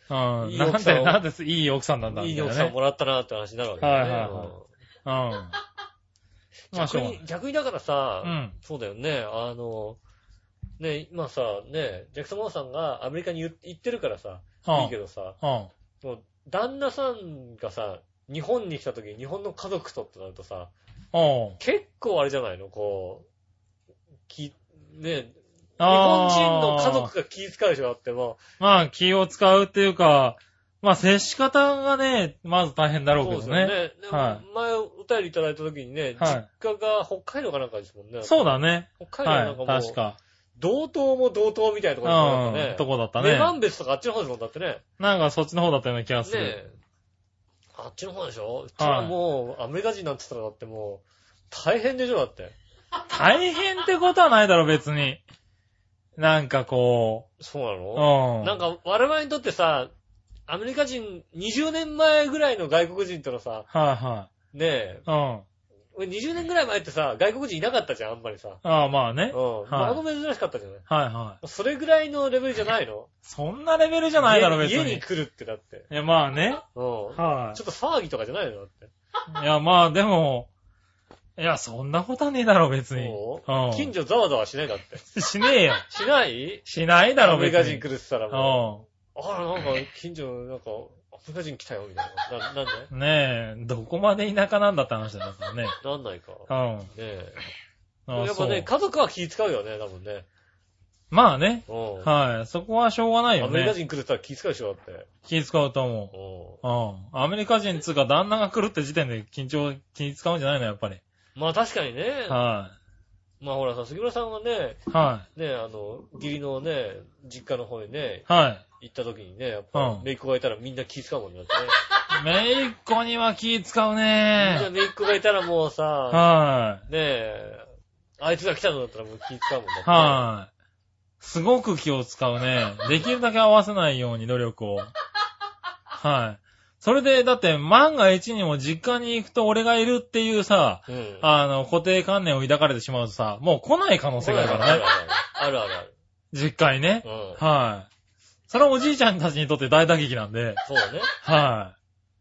うん。 いいなんで、 奥さんをなんでいい奥さんなんだみたいなね。 いい奥さんもらったなって話になるわけだよね。 はいはいはいうん。まあ、し逆ょうがないに、逆にだからさ、 うんそうだよね、あの、ね、今さ、ね、ジャクソン・モアさんがアメリカに行ってるからさ、いいけどさ、 うん。 もう旦那さんがさ、日本に来た時に日本の家族とってなるとさ、 うん。 結構あれじゃないのこう、き、ね、日あー本人の家族が気遣うでしょだってもまあ、気を使うっていうか、まあ、接し方がね、まず大変だう、 ろうけどね。 そうですよね。でもは前お便りいただいた時にね、 はい実家が北海道かなんかですもんね。 そうだね。 北海道ははい。 なんかもう、 確か。 道東も道東みたいなところだったね。 うん。とこだった女ね。 満別とかあっちの方ですもんだってね。 なんかそっちの方だったような気がすねる。 え。あっちの方でしょうちはもう、アメリカ人なんて言ったらだってもう、大変でしょだって。 大変ってことはないだろ、別に。なんかこそうなう。 のうん。 なんか、我々にとってさ、アメリカ人にじゅうねんまえぐらいの外国人ってのはさ、 はいはねえ、 い。うん。 俺にじゅうねんぐらい前ってさ、外国人いなかったじゃん、あんまりさ。 ああ、まあね。 うん。まあ、あの珍しかったじゃない。 はいはい。 それぐらいのレベルじゃないのそんなレベルじゃないだろ、別に。 家家に来るってだって。 いや、まあね。 うん。 はちょっと騒ぎとかじゃないのだって。 い。いや、まあでも、いや、そんなことはねえだろ、別に。 そううん。 近所ざわざわしないだって。 しねえよ。 しないしないだろ、 アメリ別に。 カ人来るって言ったらうもう、あら、なんか、近所、なんか、アメリカ人来たよ、みたいな。な、なんでん。ねえ、どこまで田舎なんだって話だからね。 なんないか。 うん。 ねえ。 あやっぱね、 そう家族は気遣うよね、多分ね。 まあね。 うん。 はい。そこはしょうがないよアメリカね。 人来るって言ったら気遣うでしょ、だって。 気使うと思うう。うん。アメリカ人つうか旦那が来るって時点で緊張、気使うんじゃないの、やっぱり。 ん。まあ確かにね。 はまあほらさ、杉村さんはね、 い。はね、あの、義理のね、実家の方にね、 い。はい。 行った時にね、やっうぱん、 姪っ子がいたらみんな気遣うもんね。だってねめいっ子には気使うみんなね姪っ子がいたらもうさ、 はねえ、あいつが来たのだったらもう気使うもんだっい。 て。 はい。すごく気を使うね。できるだけ合わせないように努力を。はい。それで、だって万が一にも実家に行くと俺がいるっていうさ、 うん。 あの、固定観念を抱かれてしまうとさ、もう来ない可能性があるからね。 あるあるある。 実家にねあ。るある。うん。 はい。それはおじいちゃんたちにとって大打撃なんで、 そうだね。 は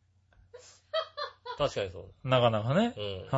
確かにそう。 い。なかなかね。 うん。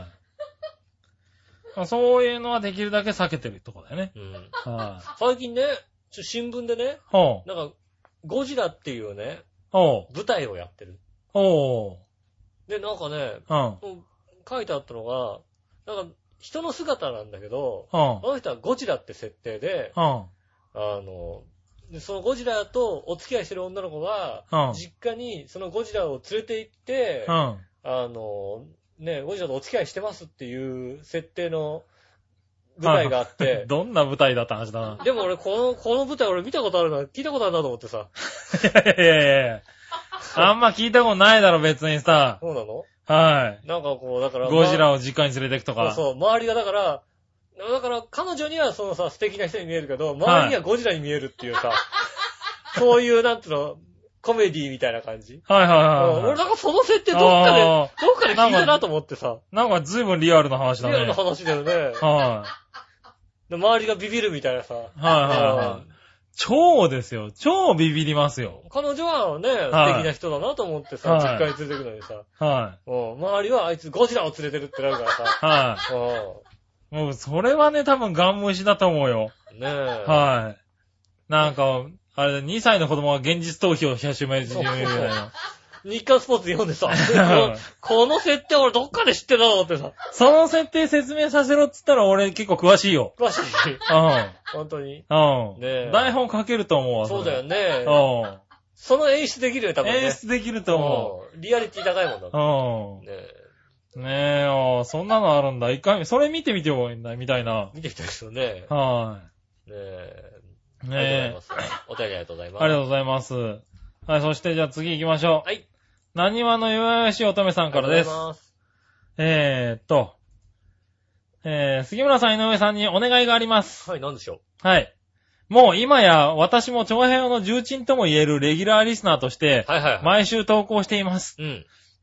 はい。そういうのはできるだけ避けてるとこだよね。 うん。 はい。 最近ね、ちょ新聞でね、 ほう。 なんか、ゴジラっていうね、 ほう。 舞台をやってる。 ほで、なんかね、 う。うん。 もう書いてあったのが、なんか、人の姿なんだけど、 うん。 あの人はゴジラって設定で、 うん。 あの、でそのゴジラとお付き合いしてる女の子が、 うん実家にそのゴジラを連れて行って、 うん。 あの、ね、ゴジラとお付き合いしてますっていう設定の舞台があって、 どんな舞台だった話だな。 でも俺、この、この舞台俺見たことあるな、聞いたことあるなと思ってさ。 いやいやいやいや。あんま聞いたことないだろ、別にさ。 そうなのはなんかこう、だから。 い。ゴジラを。 を実家に連れてくとか。 そうそう、周りがだから、だから彼女にはそのさ、素敵な人に見えるけど、周りにはゴジラに見えるっていうさ、そういう、なんていうの、コメディみたいな感じ。 はいはいはいうんはい。 俺なんかその設定どっかで、どあっかで聞いたなと思ってさ、 なんか随分リアルな話だね。 リアルな話だよね。 はで周りがビビるみたいなさ。 い。はいはいはい。超ですよ。超ビビりますよ。 彼女はね、素はい敵な人だなと思ってさ、 はい実家に連れてくのにさ、 はうん周りはあいつゴジラを連れてるってなるからさ、 い。はうい。もう、それはね、多分ガン無視だと思うよ。 んねえ。 はい。なんか、あれ、にさいの子供が現実逃避をし始めるみたいな。 日刊スポーツ読んでさ、この設定俺どっかで知ってたと思ってさ、 その設定説明させろっつったら俺結構詳しいよ。 詳しい。 うん。 本当に。 うん。 ねえ台本書けると思うわ。 そうだよね。 ね。 うその演出できるよ、多ん。 分ね。 演出できると思うんリアリティ高いもんだって。 う。うん。 ねえ。 ねえ、あーそんなのあるんだ。一回、それ見てみてよ、みたいな。 見てきたですよね。 はねえ。 い。 あねえ。 りがとうございます。お便りありがとうございます。 ありがとうございます。はい、そしてじゃあ次行きましょう。 はい。 何話の弱々しい乙女さんからですありがとうござい。ます。 えーっと、えー、杉村さん、井上さんにお願いがあります。 はい、なんでしょはい。もう今や私も長編の重鎮とも言えるレギュラーリスナーとしてう。、はいはいはい。 毎週投稿しています。 うん。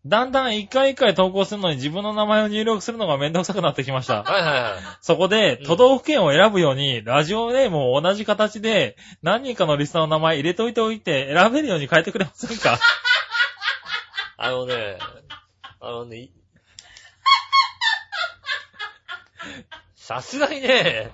だんだん一回一回投稿するのに自分の名前を入力するのがめんどくさくなってきました。 はいはいはい。 そこで、都道府県を選ぶように、ラジオネームを同じ形で、何人かのリスナーの名前入れといておいて、選べるように変えてくれませんか？ あのね、あのね、さすがにね、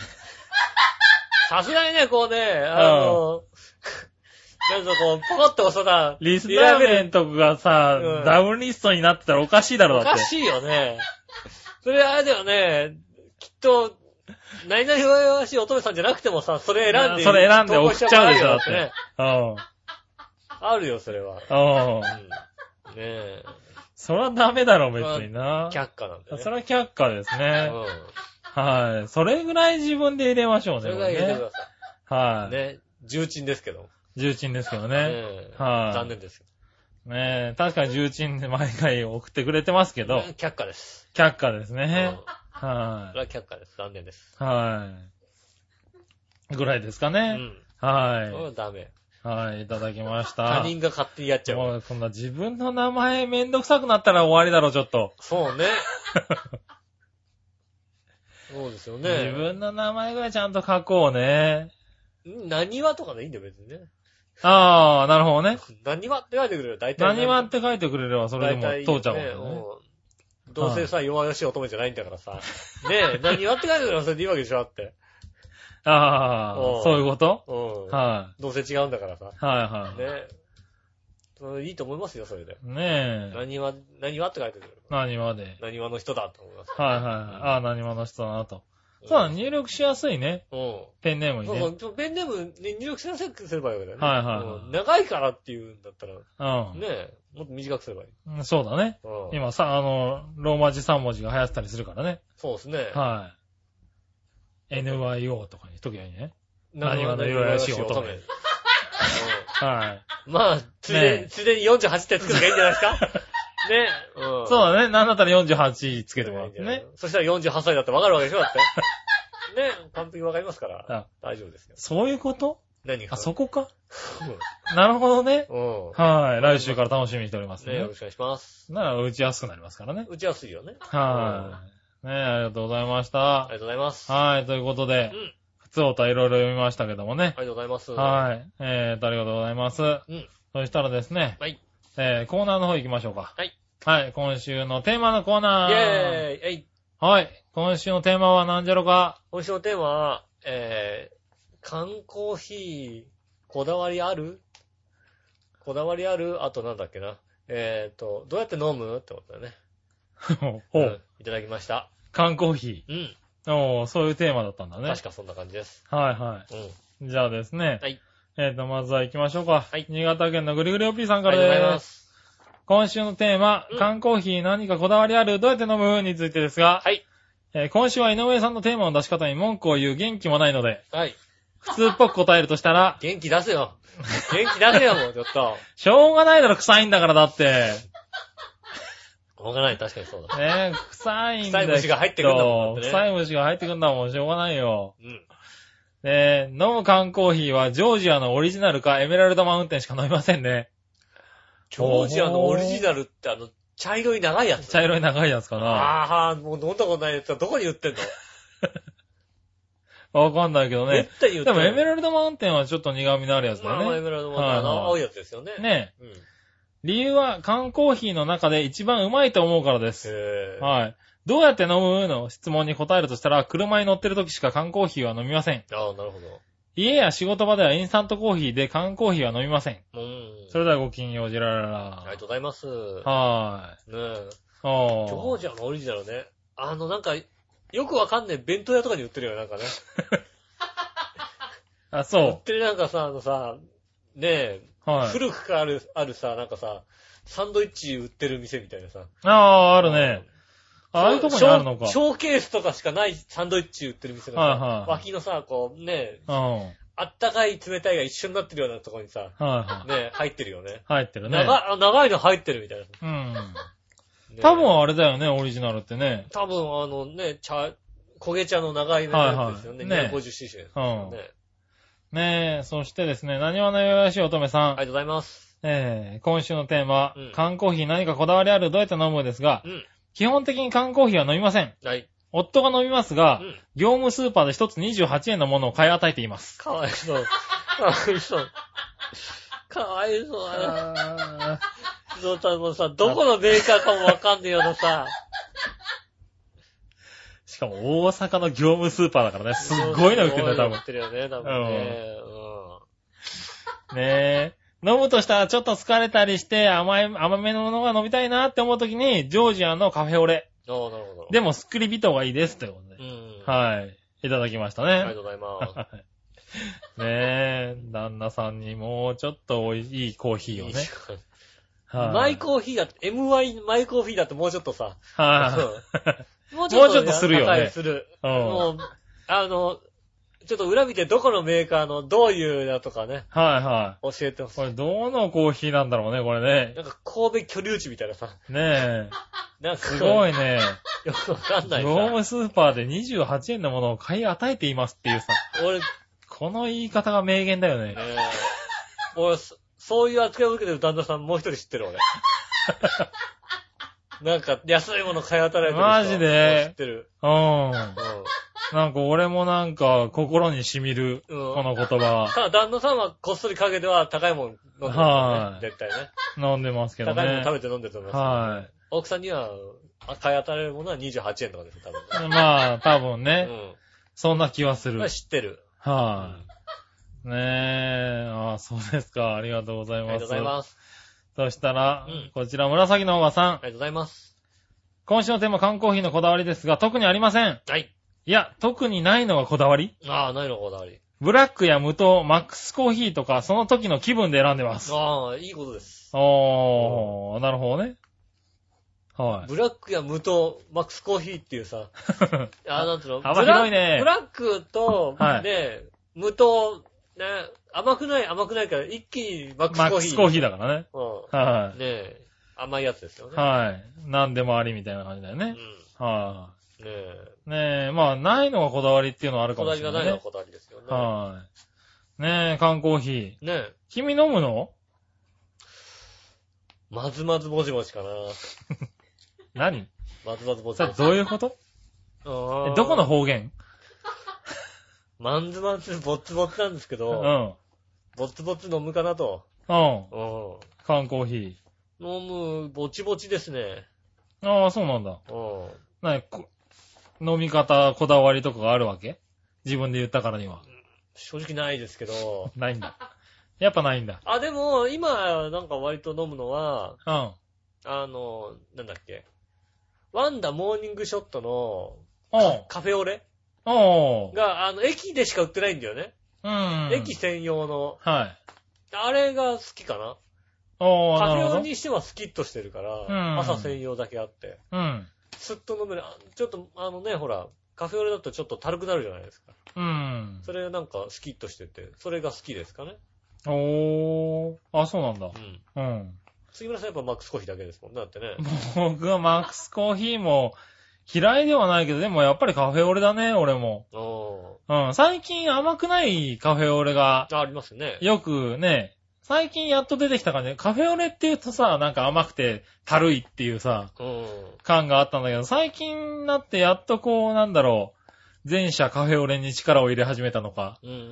さすがにね、こうね、あの、なんかこう、ポコッと押さな、 リスナー名とかがさ、うん、ダウンリストになってたらおかしいだろうだって。 おかしいよね。それあれだよね、きっと、何々わわしい乙女さんじゃなくてもさ、それ選んで、 それ選んで送っちゃうでしょ、だって。 ね、 うん。 あるよ、それは。 うん。ねえ。 それはダメだろ、別にな。 却下なんだよね。 それは却下ですね。うん。はい。それぐらい自分で入れましょうね。 それぐらい入れてください。 はい。 ね。重鎮ですけど。 重鎮ですけどね。 ねはい。 残念ですけど。ねえ、確かに重鎮で毎回送ってくれてますけど。 却下です。 却下ですね。 うん、 はい。 それは却下です。残念です。 はい。ぐらいですかね。 うん。 はい。 それはダメ。 はい、いただきました。 他人が勝手にやっちゃう。もうこんな自分の名前めんどくさくなったら終わりだろ、ちょっと。 そうね。そうですよね。 自分の名前ぐらいちゃんと書こうね。 何はとかでいいんだよ、別にね。 ああ、なるほどね。 何はって書いてくれるよ、大体。 何はって書いてくれればそれでも通っちゃうもんね。 どうせさ、弱々しい乙女じゃないんだからさ。ねえ、何はって書いてくれればそれでいいわけでしょ、って。 ああ、そういうこと？ うん。 はい。 どうせ違うんだからさ。 はいはい。 ねえ。いいと思いますよ、それで。 ねえ。 何は、何はって書いてくれる。 何はで。 何はの人だと思います。 はいはいはい。ああ、何はの人だなと。そうだ、入力しやすいね。 うん。 ペンネームにね。 そう、ペンネームに入力しやすくすればいいわけだよね。 はいはい。 長いからっていうんだったら。 うん。 ねえ、もっと短くすればいい。 そうだね。うん。今さ、あの、ローマ字さん文字が流行ったりするからね。 そうですね。 はい。エヌワイオー とかにしときゃいいね。何話の弱々しい乙女。はい。 まあ、ついでに、ついでによんじゅうはちって作るのがいいんじゃないですかね。 うん。そうだね。なんだったらよんじゅうはちつけてもらってね。 そしたらよんじゅうはっさいだってわかるわけでしょだって。ね。完璧わかりますから。大丈夫ですよ。 そういうこと？ 何か。 あ、そこかなるほどね。うん。はい。来週から楽しみにしておりますね。 よろしくお願いします。 なら打ちやすくなりますからね。 打ちやすいよね。 はい。ねえ、ありがとうございました。 ありがとうございます。 はい。ということで。うん。普通歌いろいろ読みましたけどもね。 ありがとうございます。 はい。えーと、ありがとうございます。うん。そしたらですね。はい。えー、コーナーの方行きましょうか。はい。はい。今週のテーマのコーナー。イェーイ。はい。はい。今週のテーマは何じゃろか？ 今週のテーマは、えー、缶コーヒー、こだわりある？こだわりある？あとなんだっけな。えーと、どうやって飲む？ってことだね。ほう、うん。いただきました。 缶コーヒー。うん。おー、そういうテーマだったんだね。 確かそんな感じです。 はいはい。うん。じゃあですね。はい。えーと、まずは行きましょうか。はい。新潟県のぐりぐりおっぴーさんからです。ありがとうございます。今週のテーマ、うん、缶コーヒー何かこだわりある？どうやって飲む？についてですが。はい。えー、今週は井上さんのテーマの出し方に文句を言う元気もないので。はい。普通っぽく答えるとしたら。 元気出せよ。元気出せよ、もうちょっと。 しょうがないだろ、臭いんだからだって。 しょうがない、確かにそうだ。 ねえ、臭いんだよ。 臭い虫が入ってくるんだもん、ね。 臭い虫が入ってくるんだもん、しょうがないよ。うん。で、飲む缶コーヒーはジョージアのオリジナルかエメラルドマウンテンしか飲みませんね。 ジョージアのオリジナルってあの、茶色い長いやつ。 茶色い長いやつかな。 ああ、もう飲んだことないやつはどこに売ってんのわかんないけどね。 絶対言ってでもエメラルドマウンテンはちょっと苦味のあるやつだよね。 まあ、エメラルドマウンテン、あの、青いやつですよね。 ねえ。うん。理由は缶コーヒーの中で一番うまいと思うからです。へー。はい。どうやって飲むの質問に答えるとしたら、車に乗ってる時しか缶コーヒーは飲みません。 ああ、なるほど。 家や仕事場ではインスタントコーヒーで缶コーヒーは飲みません。うん。それではごきげんよう、じららら。 ありがとうございます。 はーい。 ねえ。ああ。ジョージアのオリジナルね。あの、なんか、よくわかんない弁当屋とかに売ってるよ、なんかね。 あ、そう。 売ってるなんかさ、あのさ、ねえ、はい、古くからある、あるさ、なんかさ、サンドイッチ売ってる店みたいなさ。 ああ、あるね。ああいうとこにあるのか。 ショーケースとかしかないサンドイッチ売ってる店がさ、はいはい、脇のさ、こうね、うん、あったかい冷たいが一緒になってるようなところにさ、はいはい、ね、入ってるよね。 入ってるね。 長長いの入ってるみたいな。うん。 ね、多分あれだよね、オリジナルってね。 多分あのね、茶、焦げ茶の長いのやつですよね。はいはい、ね、にひゃくごじゅうシーシー ですよね。うん、ねねえ、そしてですね、何話のよやしおとめさん。 ありがとうございます。 えー、今週のテーマ、 うん、 缶コーヒー何かこだわりあるどうやって飲むですが、うん、基本的に缶コーヒーは飲みません。はい。夫が飲みますが、うん、業務スーパーで一つにじゅうはちえんのものを買い与えています。 かわいそう。かわいそう。かわいそうだな。ゾウさんもさ、どこのメーカーかもわかんねえようなさ。 しかも大阪の業務スーパーだからね、すっごいの売ってるんだよ、多分。 売ってるよね、多分ね。 うん。ねえ。飲むとしたらちょっと疲れたりして甘い、甘めのものが飲みたいなって思うときに、ジョージアのカフェオレ。 ああ、なるほど。 でも、すっくり微糖がいいです。ということで。うん。はい。いただきましたね。 ありがとうございます。 ねえ、旦那さんにもうちょっといいコーヒーをね。 はい、マイコーヒーだって、エムワイ マイコーヒーだってもうちょっとさ。 はい、もうちょっとするよね。 する。うん。もう、あの、ちょっと裏見てどこのメーカーのどういうだとかね。 はいはい。 教えてほしい。 これどのコーヒーなんだろうね、これね。 なんか神戸居留地みたいなさ。 ねえ。なんかすごいね。 よくわかんないさ。 業務スーパーでにじゅうはちえんのものを買い与えていますっていうさ。俺、この言い方が名言だよね。 えー、俺、そういう扱いを受けてる旦那さんもう一人知ってる俺。なんか安いもの買い与えられてる人。 マジで知ってる。 うん。うんなんか俺もなんか心に染みる、うん、この言葉。 ただ旦那さんはこっそり陰では高いもん飲んでますよね。はい。絶対ね。 飲んでますけどね。 高いもん食べて飲んでると思います、ね。はい。奥さんには買い与えられるものはにじゅうはちえんとかですよ、多分、 ね。まあ、多分ね。うん。そんな気はする。 知ってる。 はい、うん。ねえ。ああ、そうですか。ありがとうございます。ありがとうございます。 そしたら、うん、こちら紫のおばさん。ありがとうございます。 今週のテーマ、缶コーヒーのこだわりですが、特にありません。 はい。 いや、特にないのがこだわり？ ああ、ないのがこだわり。 ブラックや無糖、マックスコーヒーとか、その時の気分で選んでます。 ああ、いいことです。 ああ、なるほどね。はい。 ブラックや無糖、マックスコーヒーっていうさ、あ、なんていうの？ 幅広いね。 ブラックと、ね、はい、無糖、ね、甘くない甘くないから一気にマックスコーヒー。マックスコーヒーだからね。 うん。はい。ねえ、甘いやつですよね。 はい。なんでもありみたいな感じだよね。うん。はい。ねえ。 ねえ、まあ、ないのがこだわりっていうのはあるかもしれない、ね。 こだわりがないのがこだわりですよね。 はい。ねえ、缶コーヒー。 ねえ。 君飲むの？ まずまずもちもちかな。 何？ まずまずもちもち。 それどういうこと？え、どこの方言？ まんずまずぼっつぼっつなんですけど、うん。ぼっつぼっつ飲むかなと。 うん。うん。缶コーヒー。飲む、ぼちぼちですね。 ああ、そうなんだ。 うん。 なに、飲み方、こだわりとかがあるわけ？自分で言ったからには。 正直ないですけど。 ないんだ。やっぱないんだ。 あ、でも、今、なんか割と飲むのは、 うん。 あの、なんだっけ。ワンダモーニングショットの、カフェオレが、あの、駅でしか売ってないんだよね。 うん。 駅専用の。 はい。 あれが好きかな。 おー、 カフェオレにしてはスキッとしてるから、うん、朝専用だけあって。 うん。 スッと飲める。ちょっと、あのね、ほら、カフェオレだとちょっと軽くなるじゃないですか。 うん。 それなんかスキッとしてて、それが好きですかね。 おー。あ、そうなんだ。 うん。 うん。 杉村さんやっぱマックスコーヒーだけですもんね、だってね。 僕はマックスコーヒーも嫌いではないけど、でもやっぱりカフェオレだね、俺も。 おー。うん。最近甘くないカフェオレが。 あ、ありますね。 よくね、最近やっと出てきた感じ。カフェオレって言うとさ、なんか甘くてたるいっていうさ、 うん、 感があったんだけど、最近になってやっとこう、なんだろう、全社カフェオレに力を入れ始めたのか。 うん、うん。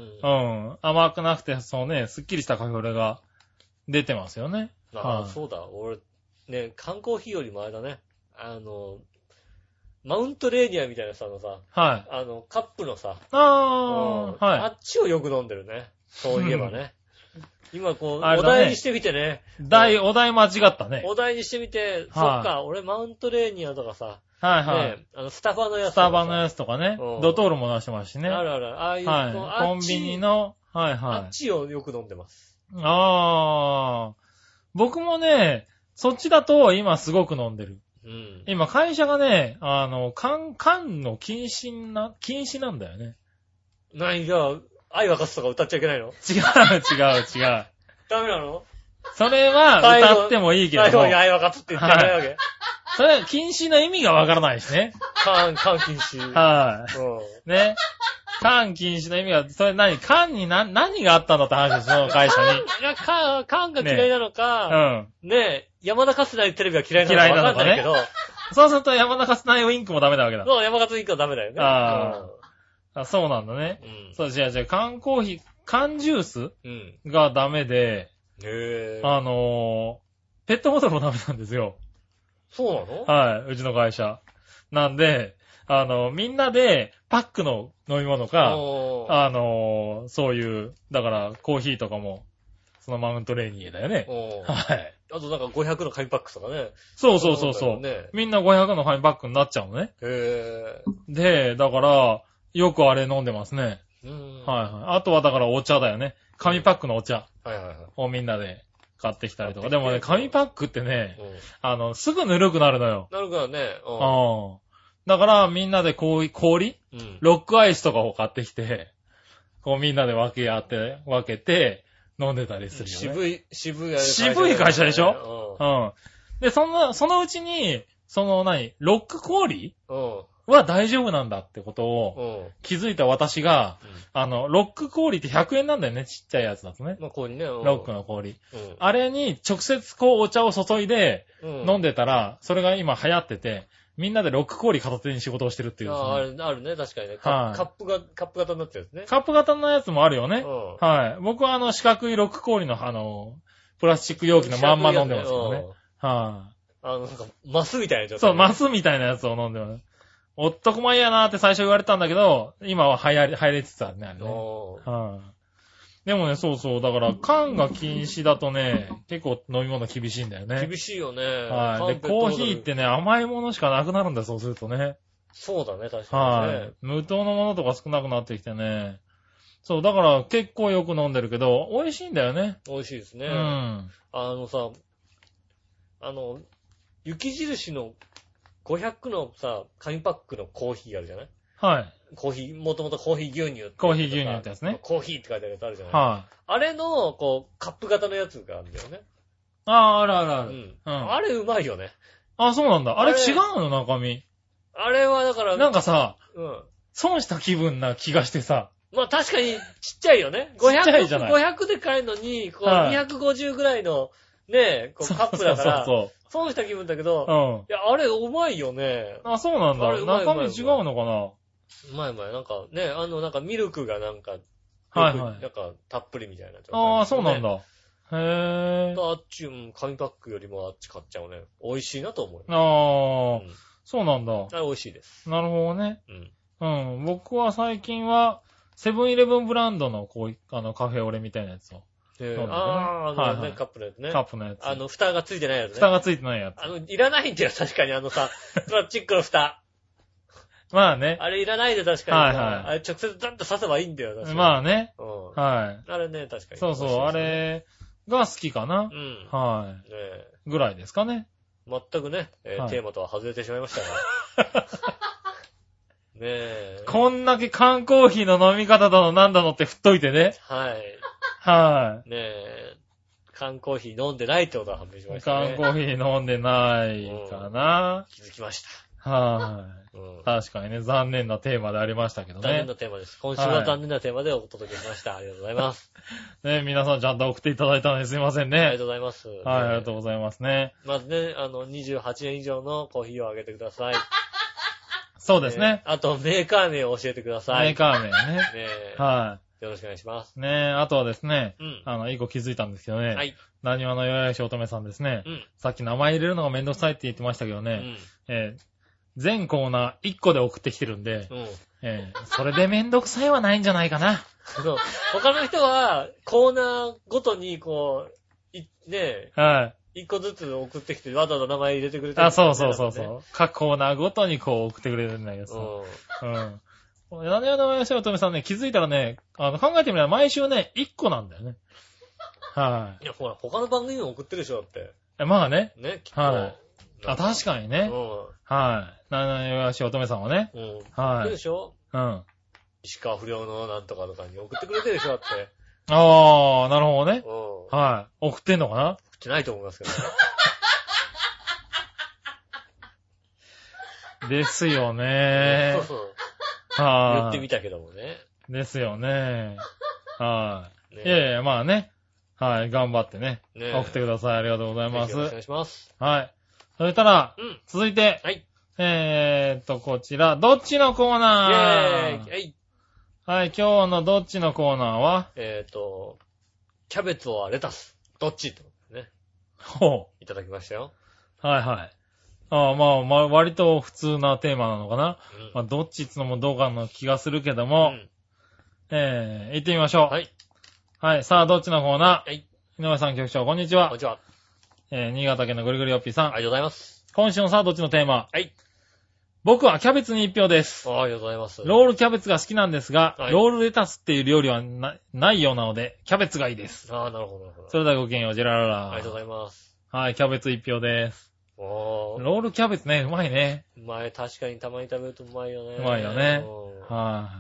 うん。甘くなくて、そうね、すっきりしたカフェオレが出てますよね。 ああ、はい、そうだ。俺、ね、缶コーヒーよりもあれだね。あの、マウントレーニアみたいなさ、のさ、 はい。 あの、カップのさ、 ああ、はい。 あっちをよく飲んでるね。そういえばね。今こう、ね、お題にしてみてね。 題、お題間違ったね。 お題にしてみて、そっか、俺マウントレーニアとかさ、 はいはい。 ね、あの、スタバのやつとか。スタバのやつとかね。ドトールも出してますしね。 あるある。ああいう、 はい、コンビニの、はいはい。 あっちをよく飲んでます。 ああ。僕もね、そっちだと今すごく飲んでる。 うん、 今会社がね、あの、缶、缶の禁止な、禁止なんだよね。 何じゃあ、愛は勝つとか歌っちゃいけないの？違う違う違う。 ダメなの？ それは歌ってもいいけども。 最後に愛は勝つって言っちゃいけないわけ、はい、 それは禁止の意味がわからないしね。 缶、缶禁止。 はい、うん。ね。 缶禁止の意味は、それ何缶に何、何があったんだって話です、その会社に。 いや、缶、缶が嫌いなのか、 ね、 うん。ねえ、山田かつないテレビが嫌いなのかわかんないけど、ね、 そうすると山田かつないウィンクもダメなわけだ。 そう、山田ウィンクはダメだよね。 あ、うん、あ、そうなんだね。うん、そう、じゃあ、じゃあ、缶コーヒー、缶ジュース、うん、がダメで、へー。あのー、ペットボトルもダメなんですよ。 そうなの？ はい、うちの会社。なんで、あの、みんなでパックの飲み物か、あの、そういう、だからコーヒーとかも、そのマウントレーニーだよね。はい。 あとなんかごひゃくの紙パックとかね。 そうそうそうそう、ね。みんなごひゃくの紙パックになっちゃうのね。へー。で、だから、よくあれ飲んでますね。うん。はいはい。あとはだからお茶だよね。紙パックのお茶。はいはいはい。をみんなで買ってきたりとか。でもね、紙パックってね、うん、あの、すぐぬるくなるのよ。 なるからね。 うん。だから、みんなでこう、氷、うん、ロックアイスとかを買ってきて、こうみんなで分け合って、分けて、飲んでたりするよね。 渋い、渋い会社、ね。渋い会社でしょ？うん。うん。で、そんな、そのうちに、その何、ロック氷は大丈夫なんだってことを気づいた私が、うん、あの、ロック氷ってひゃくえんなんだよね、ちっちゃいやつだとね。 まあ、氷ね。ロックの氷。うん、あれに直接こうお茶を注いで飲んでたら、それが今流行ってて、みんなでロック氷片手に仕事をしてるっていう、ね。 ああ、ある、あるね、確かにね。カップ、はい、カップが、カップ型になってるやつね。 カップ型のやつもあるよね。うん、はい。僕はあの、四角いロック氷のあの、プラスチック容器のまんま飲んでますけどね。はい、あ。 あの、なんか、マスみたいな状態、ね。 そう、マスみたいなやつを飲んでます。おっとこまいやなーって最初言われたんだけど、今は流行り、入れつつあるね、あれね。はい。でもね、そうそう。だから、缶が禁止だとね、結構飲み物厳しいんだよね。 厳しいよね。 はい。で、コーヒーってね、甘いものしかなくなるんだよ、そうするとね。 そうだね、確かにね。はい。 無糖のものとか少なくなってきてね。そう、だから結構よく飲んでるけど、美味しいんだよね。 美味しいですね。 うん。 あのさ、あの、雪印のごひゃくのさ、紙パックのコーヒーあるじゃない？ はい。 コーヒー、もともとコーヒー牛乳って。 コーヒー牛乳ってやつね。 コーヒーって書いてあるやつあるじゃない？ はい。 あれの、こう、カップ型のやつがあるんだよね。 ああ、あるあるある。うん。 うん、あれうまいよね。 あ、そうなんだ。あれ違うの中身。 あれはだから。 なんかさ、 うん。 損した気分な気がしてさ。 まあ確かにちっちゃいよね。 ごひゃく、ちっちゃいじゃない。 ごひゃくで買えるのに、こう、はい、にひゃくごじゅうぐらいの、ね、こうカップだから。そうそうそう。損した気分だけど、うん。いや、あれうまいよね。 あ、そうなんだ。中身違うのかな。 うまいうまい。なんかね、あの、なんかミルクがなんか、 はいはい。 なんか、たっぷりみたいな、ね。 ああ、そうなんだ。へぇー。あっち、紙パックよりもあっち買っちゃうね。美味しいなと思う。 ああ、うん、そうなんだ。 あれ美味しいです。 なるほどね。うん。うん。僕は最近は、セブンイレブンブランドの、こう、あの、カフェオレみたいなやつを。 えー、ああ、あのね、はいはい、カップのやつね。 カップのやつ。 あの、蓋がついてないやつね。 蓋がついてないやつ。 あの、いらないんだよ、確かにあのさ、プラスチックの蓋。 まあね。 あれいらないで確かに。 はいはい。 あれ直接ザンと刺せばいいんだよ、確かに。 まあね。 うん。 はい。 あれね、確かに。 そうそう、あれが好きかな。うん。はい。ねえ。ぐらいですかね。 全くね、えーはい、テーマとは外れてしまいましたが。ねえ。 こんだけ缶コーヒーの飲み方だのなんだのって振っといてね。 はい。 はい。 ねえ。缶コーヒー飲んでないってことは判明しましたね。 缶コーヒー飲んでないかな。 うん、気づきました。 はい、うん。確かにね、残念なテーマでありましたけどね。 残念なテーマです。今週は残念なテーマでお届けしました。はい、ありがとうございます。 ね、皆さんちゃんと送っていただいたのですいませんね。 ありがとうございます。はい、 ありがとうございますね。 まずね、あの、にじゅうはちねん以上のコーヒーをあげてください。 そうですね。 あと、メーカー名を教えてください。 メーカー名ね。 ねはい。 よろしくお願いします。 ねあとはですね、うん、あの、一個気づいたんですけどね。はい。なにわのよやしおとめさんですね。うん。さっき名前入れるのがめんどくさいって言ってましたけどね。うん。えー、全コーナーいっこで送ってきてるんで、うん。えー、それでめんどくさいはないんじゃないかな。 そう。他の人は、コーナーごとに、こう、い、ねえ。はい。 一個ずつ送ってきて、わざわざ名前入れてくれてる、 ね。あ、そうそうそうそう。各コーナーごとにこう送ってくれるんだけどさ。うん。うん。なにわのよしおとめさんね、気づいたらね、あの、考えてみれば毎週ね、いっこなんだよね。はい。 いや、ほら、他の番組も送ってるでしょ、だって。 まあね。 ね、きっと。 はい。あ、確かにね。うん。はい。なにわのよしおとめさんはね。うん。はい。 でしょ？うん。石川不良のなんとかとかに送ってくれてるでしょ、だって。 ああ、なるほどね。うん。はい。送ってんのかな？ 送ってないと思いますけどね。 ですよね。 そうそう。はい。言ってみたけどもね。 ですよね。はい。 ね、 いやいや、まあね。はい。頑張ってね。 ね送ってください。ありがとうございます。 よろしくお願いします。 はい。それから、 うん、 続いて、 はい。 えーっと、こちら、どっちのコーナー？ イェーイ、はい。 はい、今日のどっちのコーナーはえーっと、キャベツはレタス。どっちとね。 ほう。 いただきましたよ。 はいはい。ああ、まあ、まあ、割と普通なテーマなのかな。 うん、 まあ、どっちっつのもどうかの気がするけども、うん、えー、行ってみましょう。 はい。 はい、さあ、どっちのコーナー？ はい。 井上さん局長、こんにちは。 こんにちは。 えー、新潟県のぐりぐりおっぴーさん。 ありがとうございます。 今週のさあ、どっちのテーマ？ はい。 僕はキャベツに一票です。 ありがとうございます。 ロールキャベツが好きなんですが、 はい、 ロールレタスっていう料理は な, ないようなので、キャベツがいいです。 ああ、なるほど、なるほど。 それではごきげんよう、ジェラララ。 ありがとうございます。 はい、キャベツ一票です。おー。ロールキャベツね、うまいね。 うまい、確かにたまに食べるとうまいよね。 うまいよね。はい、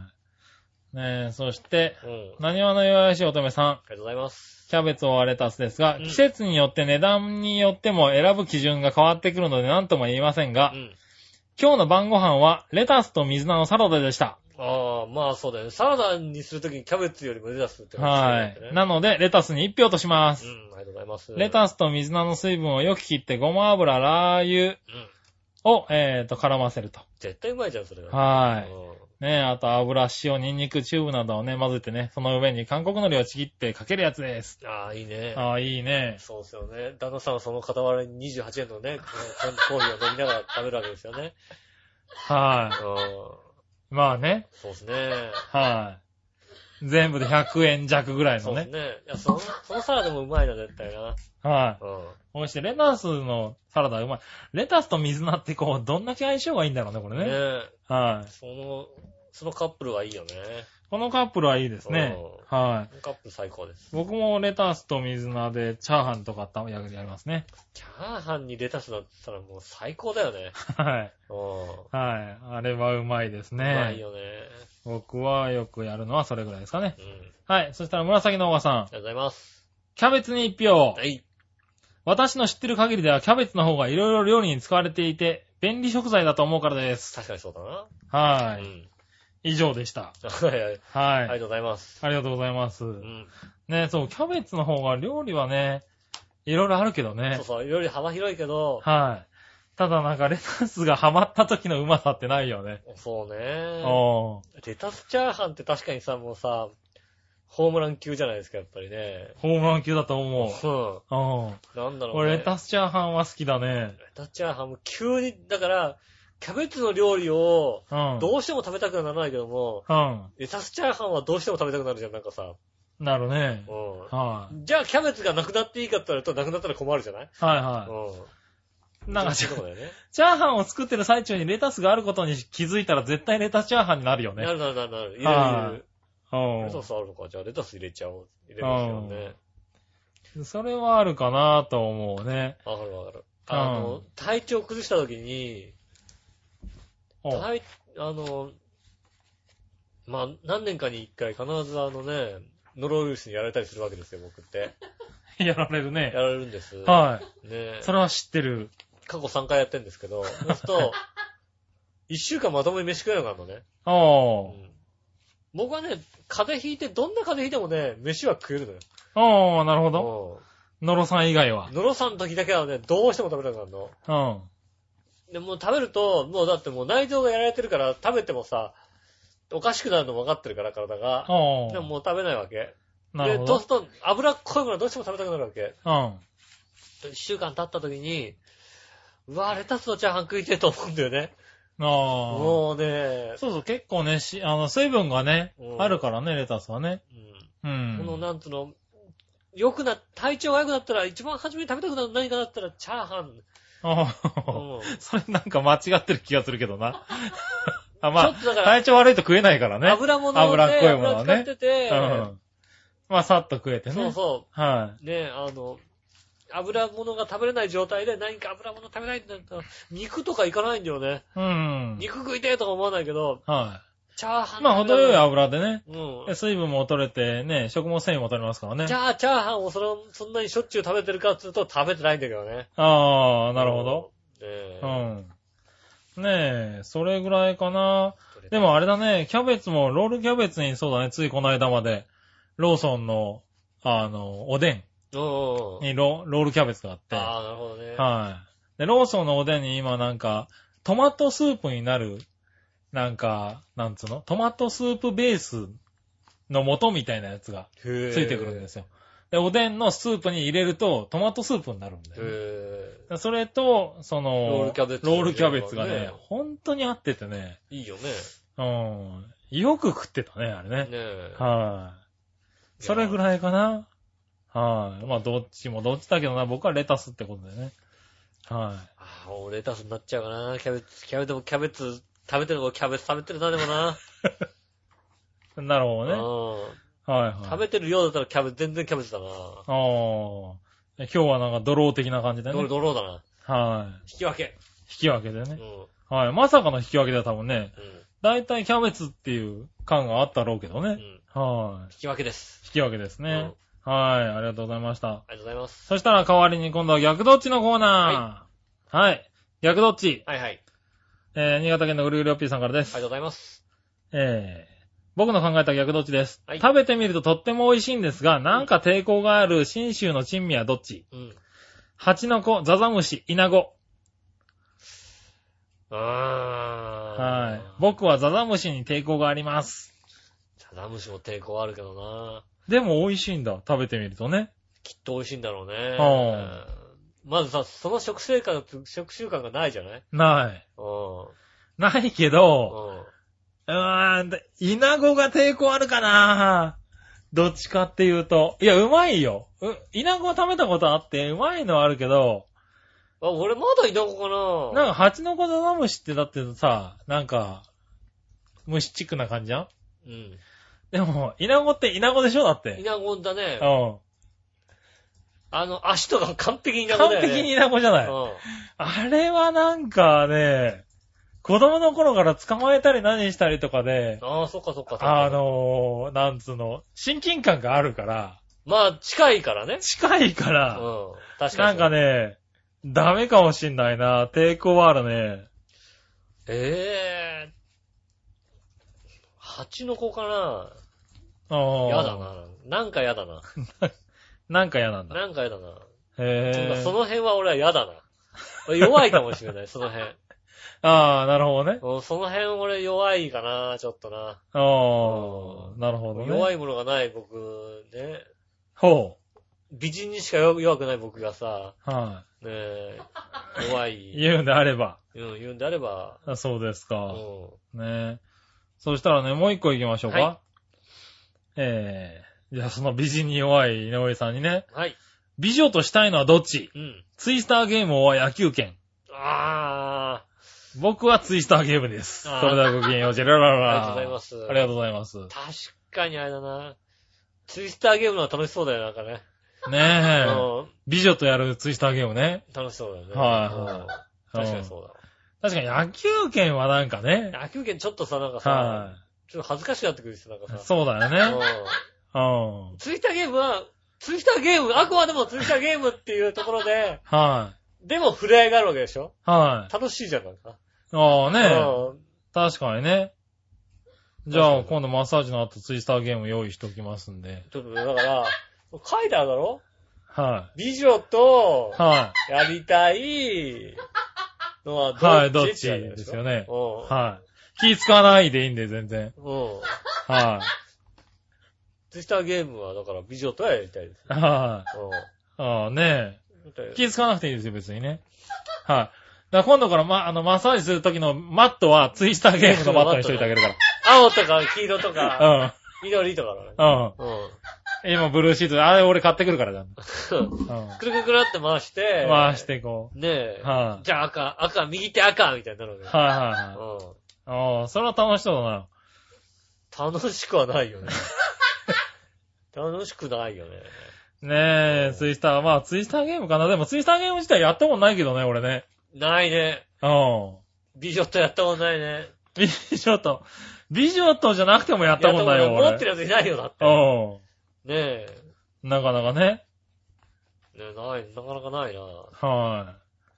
ねえ、そして、うん、何話の弱々しい乙女さん。ありがとうございます。 キャベツはレタスですが、 うん、 季節によって値段によっても選ぶ基準が変わってくるので何とも言いませんが、うん、今日の晩ご飯はレタスと水菜のサラダでした。 ああ、まあそうだよね。サラダにするときにキャベツよりもレタスって感じですね。はい。なので、レタスに一票とします。 うん、ありがとうございます。 レタスと水菜の水分をよく切って、ごま油、ラー油を、うん、えーと、絡ませると。 絶対うまいじゃん、それは。 はい。ねえ、あと油、塩、ニンニク、チューブなどをね、混ぜてね、その上に韓国海苔をちぎってかけるやつです。 ああ、いいね。 ああ、いいね。 そうですよね。旦那さんはその傍らににじゅうはちえんのね、コーヒーを飲みながら食べるわけですよね。 はい。まあね。 そうですね。 はい。全部でひゃくえん弱ぐらいのね。そうですね。いや、その、そのサラダもうまいな、絶対な。 はい。うん。こうして、レタスのサラダうまい。レタスと水菜ってこう、どんだけ相性がいいんだろうね、これね。ねえ。はい。 その、そのカップルはいいよね。 このカップルはいいですね。はい。 カップル最高です。 僕もレタスと水菜でチャーハンとかやりますね。 チャーハンにレタスだったらもう最高だよね。 はい。はい。あれはうまいですね。 うまいよね。 僕はよくやるのはそれぐらいですかね。うん。はい。そしたら紫のおばさん。ありがとうございます。 キャベツに一票。 はい。 私の知ってる限りではキャベツの方がいろいろ料理に使われていて、便利食材だと思うからです。 確かにそうだな。 はい。うん。以上でした。 はいはい。はい。ありがとうございます。 ありがとうございます。うん。ね、そう、キャベツの方が料理はね、いろいろあるけどね。 そうそう、料理幅広いけど。 はい。ただなんかレタスがハマった時のうまさってないよね。 そうね。レタスチャーハンって確かにさ、もうさ、ホームラン級じゃないですか、やっぱりね。 ホームラン級だと思う。うん。うん。 なんだろうね。 俺レタスチャーハンは好きだね。 レタスチャーハンも急に、だから、キャベツの料理を、どうしても食べたくはならないけども、うん。レタスチャーハンはどうしても食べたくなるじゃん、なんかさ。 なるね。 うん。はい、じゃあ、キャベツがなくなっていいかって言われると、なくなったら困るじゃないはいはい。うん。なんか、チャーハンを作ってる最中にレタスがあることに気づいたら絶対レタスチャーハンになるよね。 なるなるなるなる。入れる入れる。うん。レタスあるのか。じゃあ、レタス入れちゃおう。入れますよね。 うん。それはあるかなと思うね。 わかるわかる。あの、うん、体調崩した時に、体、あの、まあ、何年かに一回必ずあのね、ノロウイルスにやられたりするわけですよ、僕って。 やられるね。 やられるんです。 はい。ねそれは知ってる。 過去さんかいやってるんですけど、そうすると、一週間まともに飯食えなかったのね。 ああ、うん。 僕はね、風邪ひいて、どんな風邪ひいてもね、飯は食えるのよ。 ああ、なるほど。ノロさん以外は。 ノロさんの時だけはね、どうしても食べたくなるの。うん。でもう食べると、もうだってもう内臓がやられてるから食べてもさ、おかしくなるの分かってるから体が。でももう食べないわけ。 なるほど。 で、そうすると脂っこいものどうしても食べたくなるわけ。うん。一週間経った時に、うわ、レタスのチャーハン食いてえと思うんだよね。ああ。もうね。 そうそう、結構ね、し、あの、水分がね、うん、あるからね、レタスはね。 うん。うん。この、なんつうの、良くな、体調が良くなったら、一番初めに食べたくなる何かだったら、チャーハン。 ああ、うん。それなんか間違ってる気がするけどな。あ、まあ、体調悪いと食えないからね。 油物をね、 油っこいものはね。 使ってて、うん。 まあ、さっと食えてね。 そうそう。 はい。 ね、あの、油物が食べれない状態で何か油物食べないんだったら、肉とかいかないんだよね。うん。肉食いてーとか思わないけど、はい。チャーハン。 まあ、程よい油でね。うん。水分も取れて、ね、食物繊維も取れますからね。 じゃあ、チャーハンをその、そんなにしょっちゅう食べてるかって言うと食べてないんだけどね。 ああ、なるほど。 ねえ。 うん。ねえ、それぐらいかな。 。 でもあれだね、キャベツも、ロールキャベツにそうだね、ついこの間まで、ローソンの、あの、おでんにロロールキャベツがあって。 ああ、なるほどね。 はい。で、ローソンのおでんに今なんか、トマトスープになる、なんか、なんつうのトマトスープベースの素みたいなやつがついてくるんですよ。で、おでんのスープに入れるとトマトスープになるんだよ、ね。へそれと、その、ロールキャベツ、ロールキャベツがね、本当に合っててね。 いいよね。 うん。よく食ってたね、あれね。 ねえ。 はい。それぐらいかな。はい。まあ、どっちもどっちだけどな、僕はレタスってことでね。はい。 ああ、俺レタスになっちゃうかな。キャベツ、キャベツもキャベツ、食べてるのキャベツ食べてるな、でもな。 なるほどね。はいはい。 食べてるようだったらキャベツ、全然キャベツだな。ああ。今日はなんかドロー的な感じでね。 ドローだな。 はい。 引き分け。 引き分けでね。うん。はい。まさかの引き分けでは多分ね。うん。だいたいキャベツっていう感があったろうけどね。うん。はい。 引き分けです。 引き分けですね。うん、はい。ありがとうございました。ありがとうございます。 そしたら代わりに今度は逆どっちのコーナー。はい。はい。逆どっち。 はいはい。 えー、新潟県のぐるぐるおっぴーさんからです。 ありがとうございます。 えー、僕の考えた逆どっちです。はい、食べてみるととっても美味しいんですが、なんか抵抗がある信州の珍味はどっち？うん。蜂の子、ザザムシ、イナゴ。 あー。 はい。僕はザザムシに抵抗があります。 ザザムシも抵抗あるけどな。 でも美味しいんだ。食べてみるとね。 きっと美味しいんだろうね。うん。まずさ、その食生活、食習慣がないじゃない？ ない。うん。ないけど、うん。うーん、イナゴが抵抗あるかな？どっちかっていうと。いや、うまいよ。う、イナゴ食べたことあって、うまいのはあるけど。 あ、俺まだイナゴかな？ なんか、蜂の子ザザムシってだってさ、なんか、虫チックな感じじゃん？うん。でも、イナゴってイナゴでしょ？だって。 イナゴだね。 うん。 あの、足とか完璧にイナゴだよね。 完璧にイナゴじゃない。うん。あれはなんかね、子供の頃から捕まえたり何したりとかで、 ああ、そっかそっかそっか。あのー、なんつうの、親近感があるから。 まあ、近いからね。 近いから。 うん。確かに。 なんかね、ダメかもしんないな。抵抗はあるね。 ええー。蜂の子かな？ ああ。 やだな。なんかやだな。 なんかやなんだ。 なんかやだな。 へぇー。 その辺は俺はやだな。弱いかもしれない、その辺。 ああ、なるほどね。 その辺俺弱いかな、ちょっとな。ああ、なるほどね。 弱いものがない僕、ね。 ほう。 美人にしか弱くない僕がさ、 はい、 ねえ、弱い。 言うんであれば。 うん、言うんであれば。 あ、そうですか。 うん。 ねえ。そしたらね、もう一個行きましょうか。 はい、 えー、じゃあその美人に弱い井上さんにね。 はい。 美女としたいのはどっち？ うん。 ツイスターゲームは野球拳。 あー。 僕はツイスターゲームです。それではごきげんよう、ジェラララ。 ありがとうございます。 ありがとうございます。 確かにあれだな。ツイスターゲームのは楽しそうだよ、なんかね。 ねえ。うん、美女とやるツイスターゲームね。 楽しそうだよね。 はいはい。 確かにそうだ。 確かに野球拳はなんかね。 野球拳ちょっとさ、なんかさ、はい、ちょっと恥ずかしくなってくるし、なんかさ。 そうだよね。うん。 ツイスターゲームは、ツイスターゲーム、あくまでもツイスターゲームっていうところで、 はい。 でも触れ合いがあるわけでしょ？ はい。 楽しいじゃん、なんか。 ああね。確かにね。じゃあ、今度マッサージの後ツイスターゲーム用意しておきますんで。 ちょっとね、だから、書いてあるだろ？ はい。 美女と、 はい。 やりたいのはどっち？ はい、どっちですよね。はい。気使わないでいいんで、全然。 うん。 はい。 ツイスターゲームは、だから美女とはやりたいです。 はい。うん。ああ、ねえ。気使わなくていいですよ、別にね。はい。だから今度から、ま、あの、マッサージするときのマットはツイスターゲームのマットにしといてあげるから。 青とか黄色とか、 うん。 緑とかね。 うん。うん。今、ブルーシートで、あれ俺買ってくるからだ。うん。 くるくるくるって回して、 回してこう。ねえ。 はい。 じゃあ赤、赤、右手赤みたいになるわけ。 はいはいはい。うん。ああ、それは楽しそうだな。 楽しくはないよね。楽しくないよね。 ねえ、ツイスター、まあツイスターゲームかな。でもツイスターゲーム自体やったことないけどね、俺ね。 ないね。 うん。 美女とやったことないね。 美女と、美女とじゃなくてもやったことないよ、 俺。持ってるやついないよ、だって。 うん。 ねえ。 なかなかね。 ねえ、ない、なかなかないな。 はい。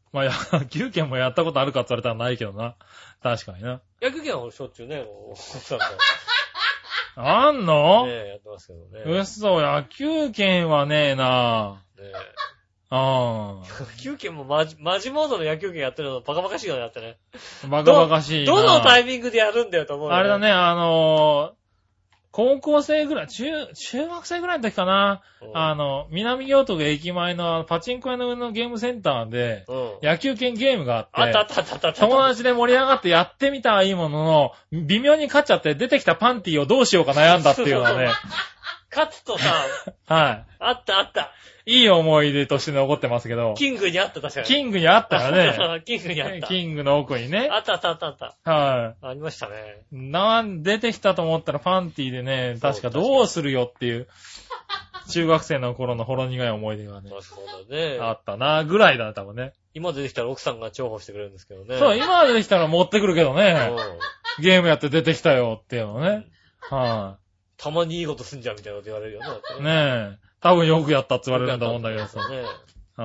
まあ、野球拳もやったことあるかって言われたらないけどな。確かにな。 野球拳は俺しょっちゅうね、お父さんと。 あんのねえ、やってますけどね。 嘘、野球拳はねえなぁ。 ねえ。 ああ。 野球拳もマジ、マジモードの野球拳やってるのバカバカしいよね、だってね。 バカバカしいな。 どのタイミングでやるんだよと思う、ね。 あれだね、あのー、高校生ぐらい、中、中学生ぐらいの時かな。うん、あの、南京都駅前のパチンコ屋の上のゲームセンターで、うん、野球拳ゲームがあって、 あったあったあったあった。 友達で盛り上がってやってみたはいいものの、微妙に勝っちゃって出てきたパンティをどうしようか悩んだっていうのはね。 勝つとさ、 はい。 あったあった。 いい思い出として残ってますけど。 キングにあった確かに。 キングにあったよね。 キングにあった。 キングの奥にね。 あったあったあったあった。 はい。 ありましたね。 なん、出てきたと思ったらパンティでね、確かどうするよっていう、中学生の頃のほろ苦い思い出がね。 そうだね。 あったな、ぐらいだね、多分ね。 今出てきたら奥さんが重宝してくれるんですけどね。 そう、今出てきたら持ってくるけどね。ゲームやって出てきたよっていうのね。はい。 たまにいいことすんじゃんみたいなこと言われるよね。 ねえ。多分よくやったって言われるんだ思うんだけどさ。 ねうん。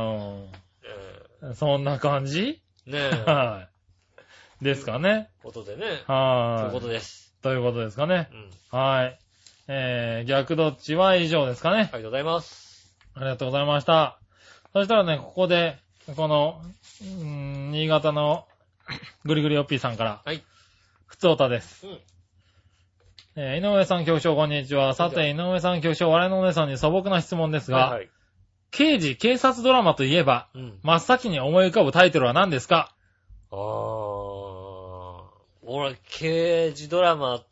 えー、そんな感じねえ。 はい。ですかね。 ということでね。 はい。 そういうことです。 ということですかね。 うん。 はい。えー、逆どっちは以上ですかね。 ありがとうございます。 ありがとうございました。そしたらね、ここで、この、うーん、新潟のぐりぐりおっぴーさんから。 はい。 ふつおたです。 うん。 えー、井上さん局長こんにちは。さて、井上さん局長、我のお姉さんに素朴な質問ですが、はいはい、刑事、警察ドラマといえば、うん、真っ先に思い浮かぶタイトルは何ですか？ あー、俺、刑事ドラマって、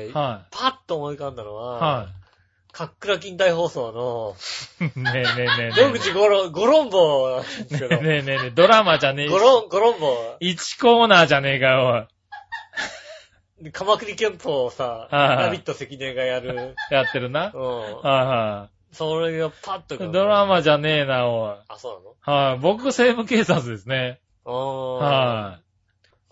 はい、パッと思い浮かんだのは、はい、かっくら近代放送の、 ねえねえねえねえ。野口ゴロ、ゴロンボなんですけど。 ねえねえねえ、ドラマじゃねえ。 ゴロン、ゴロンボ。 いちコーナーじゃねえかよ、おい。 鎌倉憲法をさ、ラビット関根がやる。 やってるな。 うん。 はいはい。 それがパッと。 ドラマじゃねえな、おい。 あ、そうなの？ はい、僕、西部警察ですね。 ああ。 はい。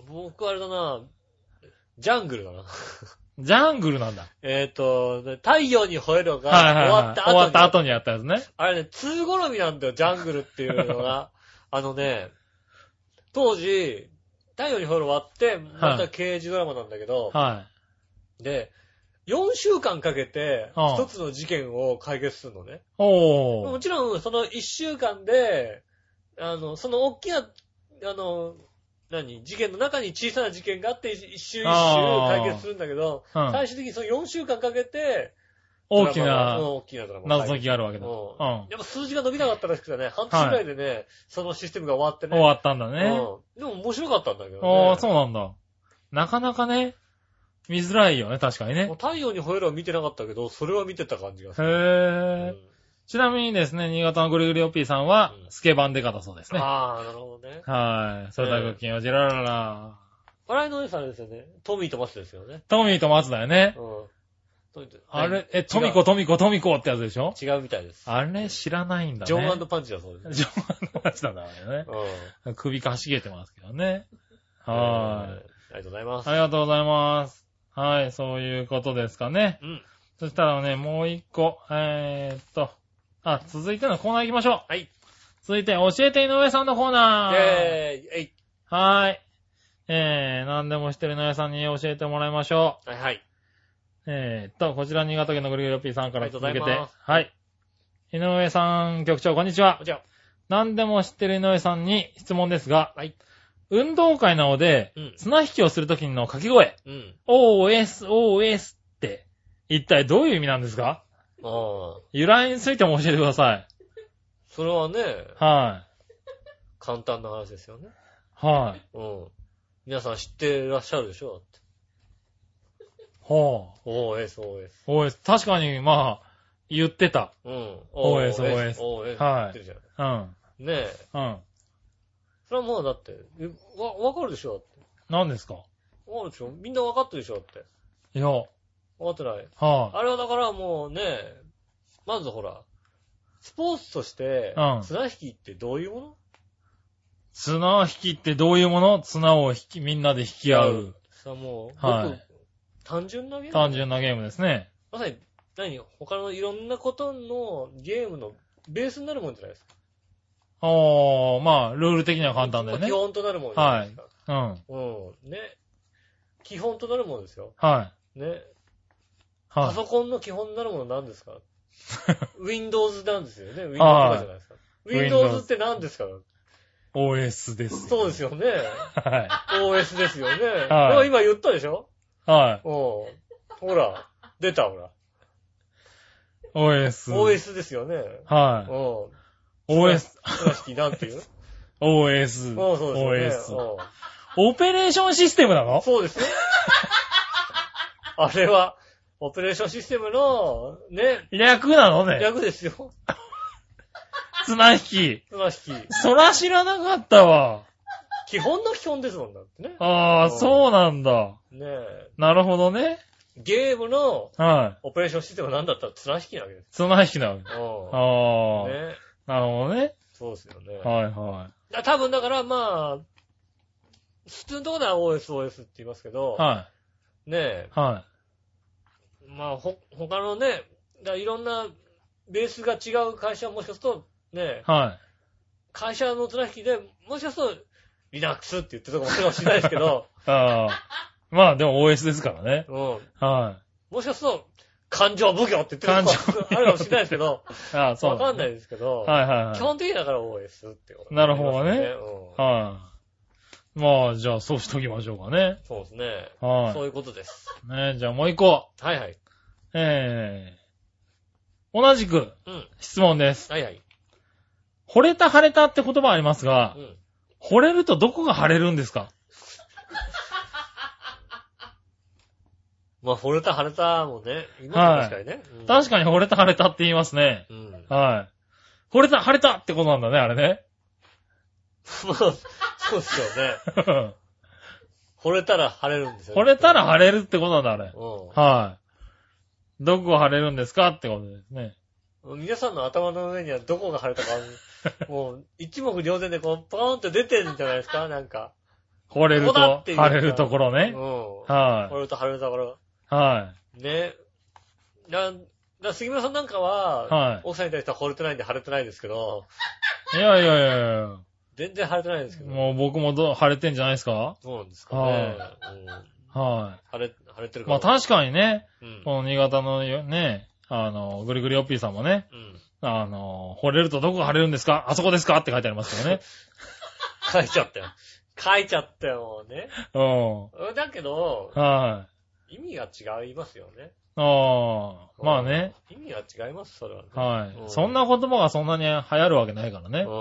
僕、あれだな、ジャングルだな。 ジャングルなんだ。 えっと、太陽に吠えろが終わった後に。 終わった後にやったやつね。 あれね、通好みなんだよ、ジャングルっていうのが。あのね、当時、太陽に吠えろ終わって、また刑事ドラマなんだけど、 はい。 で、よんしゅうかんかけて、一つの事件を解決するのね。 おー。 もちろん、そのいっしゅうかんで、あの、その大きな、あの、何事件の中に小さな事件があって、一周一周解決するんだけど、うん、最終的にそのよんしゅうかんかけて、 大きな、 大きなドラマ。 謎解きがあるわけだ。うん。 やっぱ数字が伸びなかったらしくてね、半年くらいでね、はい、そのシステムが終わってね。 終わったんだね。 うん。でも面白かったんだけどね。 ああ、そうなんだ。なかなかね、見づらいよね、確かにね。 太陽に吠えろは見てなかったけど、それは見てた感じがする。 へー。うん、ちなみにですね、新潟のぐりぐりおっぴーさんは、うん、スケバンデカだそうですね。 ああ、なるほどね。 はい。それだけ金をじららら。 笑いのお姉さんですよね。トミーとマツですよね。 トミーとマツだよね。 うん。 あれ、え、トミコ、トミコ、トミコってやつでしょ？ 違うみたいです。 あれ知らないんだね。 ジョン&パンチだそうです。 ジョン&パンチなんだね。うん。首かしげてますけどね。はい、 ありがとうございます。 ありがとうございます。はい、そういうことですかね。 うん。 そしたらね、もう一個、えーっと、あ、続いてのコーナー行きましょう。 はい。 続いて、教えて井上さんのコーナー。 えー、えい。 はーい。えー、何でも知ってる井上さんに教えてもらいましょう。はいはい。 えーっと、こちら新潟県のぐりぐりおっぴーさんから続けて。 はいはい。井上さん、局長、こんにちは。 こんにちは。 何でも知ってる井上さんに質問ですが、 はい。 運動会などで、うん、綱引きをするときの掛け声、 うん、 オーエス、オーエス って、一体どういう意味なんですか？ ああ。 由来についても教えてください。 それはね、 はい。 簡単な話ですよね。 はい。 うん。皆さん知ってらっしゃるでしょ？ はぁ、あ。 オーエス、オーエス。 オーエス。確かに、まあ、言ってた。 うん。 オーエス、オーエス。 オーエス。 はい。 言ってるじゃん。うん。ねえ。 うん。 それはもうだって、わ、わかるでしょ？って。 何ですか？ わかるでしょ？みんなわかってるでしょ？って。 いや。わかってない。 はぁ、あ。あれはだからもうね、まずほら、スポーツとして、 うん。 綱引きってどういうもの？ 綱引きってどういうもの？綱を引き、みんなで引き合う。 さあもう、 はい。 単純なゲーム？ 単純なゲームですね。 まさに、何他のいろんなことのゲームのベースになるもんじゃないですか。 おー、まあ、ルール的には簡単だよね。 基本となるものじゃないですか。 はい。 うん。うん。ね。基本となるものですよ。 はい。 ね。 はい。 パソコンの基本になるもの何ですか？Windows なんですよね。Windows とかじゃないですか。Windows って何ですか？ オーエス です。 そうですよね。 はい。 オーエス ですよね。 はい。 今言ったでしょ？ はい。 おほら。出たほら。 オーエス。 オーエス ですよね。 はい。 オーエス。 倉敷なんていうオーエス。 そうそうですよね。 オーエス。オペレーションシステムなの？ そうですね。あれは、オペレーションシステムの、ね。 略なのね。 略ですよ。 綱引き。 綱引き。 そら知らなかったわ。 基本の基本ですもんだってね。 ああ、そうなんだ。 ねえ。 なるほどね。 ゲームの、 はい。 オペレーションシステムなんだったら綱引きなわけです。 綱引きなわけ。 ああ。 ね。なるほどね。 そうですよね。 はいはい。 多分だからまあ、普通のところでは オーエス、オーエス って言いますけど、 はい。 ねえ。 はい。 まあ、ほ、他のね、だいろんなベースが違う会社はもしかすると、ねえ。 はい。会社の綱引きで、もしかすると、Linux って言ってるとこもあるかもしれないですけど。 ああ。まあでも オーエス ですからね。 うん。 はい。 もしかすると、感情奉行って言ってるとこあるかもしれないですけど。ああ、そう、ね。わかんないですけど。はいはいはい。基本的にだから オーエス ってこと、ね。 なるほどね。うん、はい。まあ、じゃあそうしときましょうかね。 そうですね。 はい。 そういうことです。 ねじゃあもう一個。 はいはい。 えー。同じく、うん。質問です。 はいはい。 惚れた腫れたって言葉ありますが、うん。惚れるとどこが腫れるんですか？ まあ、惚れた腫れたもね。今確かにね、はいうん。確かに惚れた腫れたって言いますね。うん。はい。惚れた腫れたってことなんだね、あれね。 まあ、そうですよね。惚れたら腫れるんですよね。 惚れたら腫れるってことなんだ、あれ。うん。はい。どこが腫れるんですかってことですね。 皆さんの頭の上にはどこが腫れたか、もう一目瞭然でこう、ポーンって出てるんじゃないですかなんか。 惚れると腫れるところね。うん。はい。 惚れると腫れるところ。 はい。 ね。な、だ杉村さんなんかは、はい。奥さんに対しては惚れてないんで腫れてないですけど。 いやいやいやいや。 全然腫れてないですけど。 もう僕もど腫れてんじゃないですか？ そうなんですかね。はい。うん、はい。腫れ、腫れてるから。まあ確かにね、うん、この新潟のね、あの、ぐりぐりおっぴーさんもね、うん、あの、惚れるとどこが腫れるんですか？あそこですかって書いてありますからね。 書いちゃったよ。書いちゃったよ、ね。うん。だけど、はい。意味が違いますよね。 ああ、まあね。 意味が違います、それはね。 はい、うん。そんな言葉がそんなに流行るわけないからね。うん。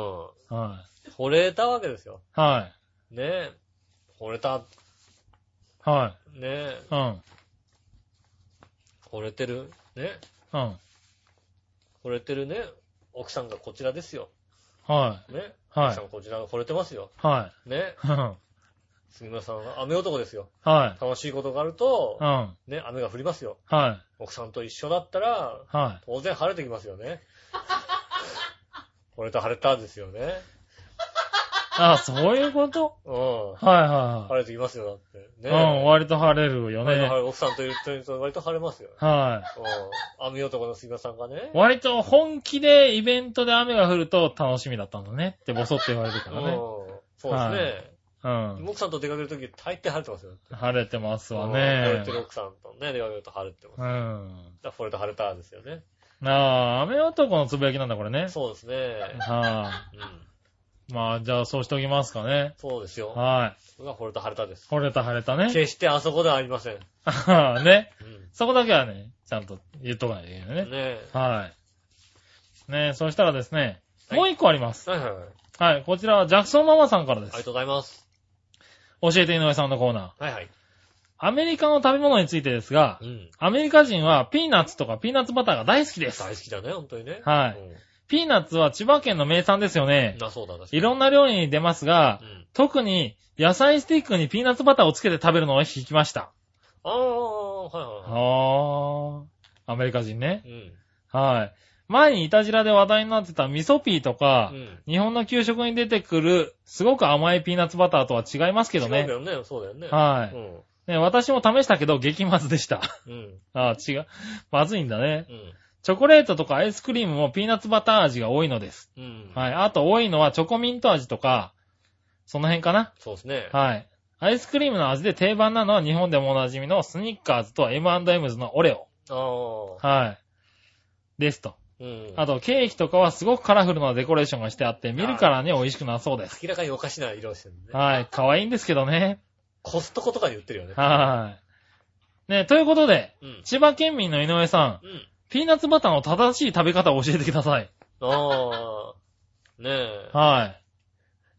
はい。惚れたわけですよ。はい。ねえ。惚れた。はい。ねえ。うん。惚れてる。ね。うん。惚れてるね。奥さんがこちらですよ。はい。ね。はい。奥さんがこちらが惚れてますよ。はい。ね。うん。杉村さんは雨男ですよ。はい。楽しいことがあると、うん。ね、雨が降りますよ。はい。奥さんと一緒だったら、はい。当然晴れてきますよね。惚れた晴れたですよね。 ああ、そういうこと？うん。はいはいはい。 晴れてきますよ、だって。 ね。うん、割と晴れるよね。割と晴れる。 奥さんと言ってと割と晴れますよ。はい。うん。雨男の杉村さんがね。 割と本気でイベントで雨が降ると楽しみだったんだねってボソって言われるからね。うん。 そうですね。はいうん。奥さんと出かけるとき大抵晴れてますよ。 晴れてますわね。 晴れてる奥さんとね、出かけると晴れてます。うん。だから、これと晴れたですよね。 ああ、雨男のつぶやきなんだ、これね。 そうですね。 はい、うん。まあ、じゃあ、そうしておきますかね。 そうですよ。 はい。 それが惚れた晴れたです。 惚れた晴れたね。 決してあそこではありません。 ああ、ね、うん。そこだけはね、ちゃんと言っとかないといけないね。ねえ。はい。ねえ、そしたらですね、はい、もう一個あります。はいはいはい。はい、こちらはジャクソンママさんからです。 ありがとうございます。 教えて井上さんのコーナー。 はいはい。 アメリカの食べ物についてですが、うん、アメリカ人はピーナッツとかピーナッツバターが大好きです。 大好きだね、本当にね。 はい。うん、ピーナッツは千葉県の名産ですよね。 あ、そうだ、確かに。いろんな料理に出ますが、うん、特に野菜スティックにピーナッツバターをつけて食べるのを引きました。 ああ、はいはいはい。 ああ、アメリカ人ね。うん。はい。前にイタジラで話題になってた味噌ピーとか、うん、日本の給食に出てくるすごく甘いピーナッツバターとは違いますけどね。 そうだよね、そうだよね。 はい。うんね、私も試したけど激まずでした。うん。ああ、違う。まずいんだね。うん。 チョコレートとかアイスクリームもピーナッツバター味が多いのです。うん。はい。あと多いのはチョコミント味とか、その辺かな。 そうですね。 はい。アイスクリームの味で定番なのは日本でもおなじみのスニッカーズと エムアンドエム ズのオレオ。ああ。はい。ですと。うん。あと、ケーキとかはすごくカラフルなデコレーションがしてあって、見るからに美味しくなそうです。 明らかにおかしな色をしてるね。 はい。可愛いんですけどね。 コストコとかに売ってるよね。 はい。ね、ということで、うん、千葉県民の井上さん、うん、ピーナッツバターの正しい食べ方を教えてください。ああ。 ねえ。 はい。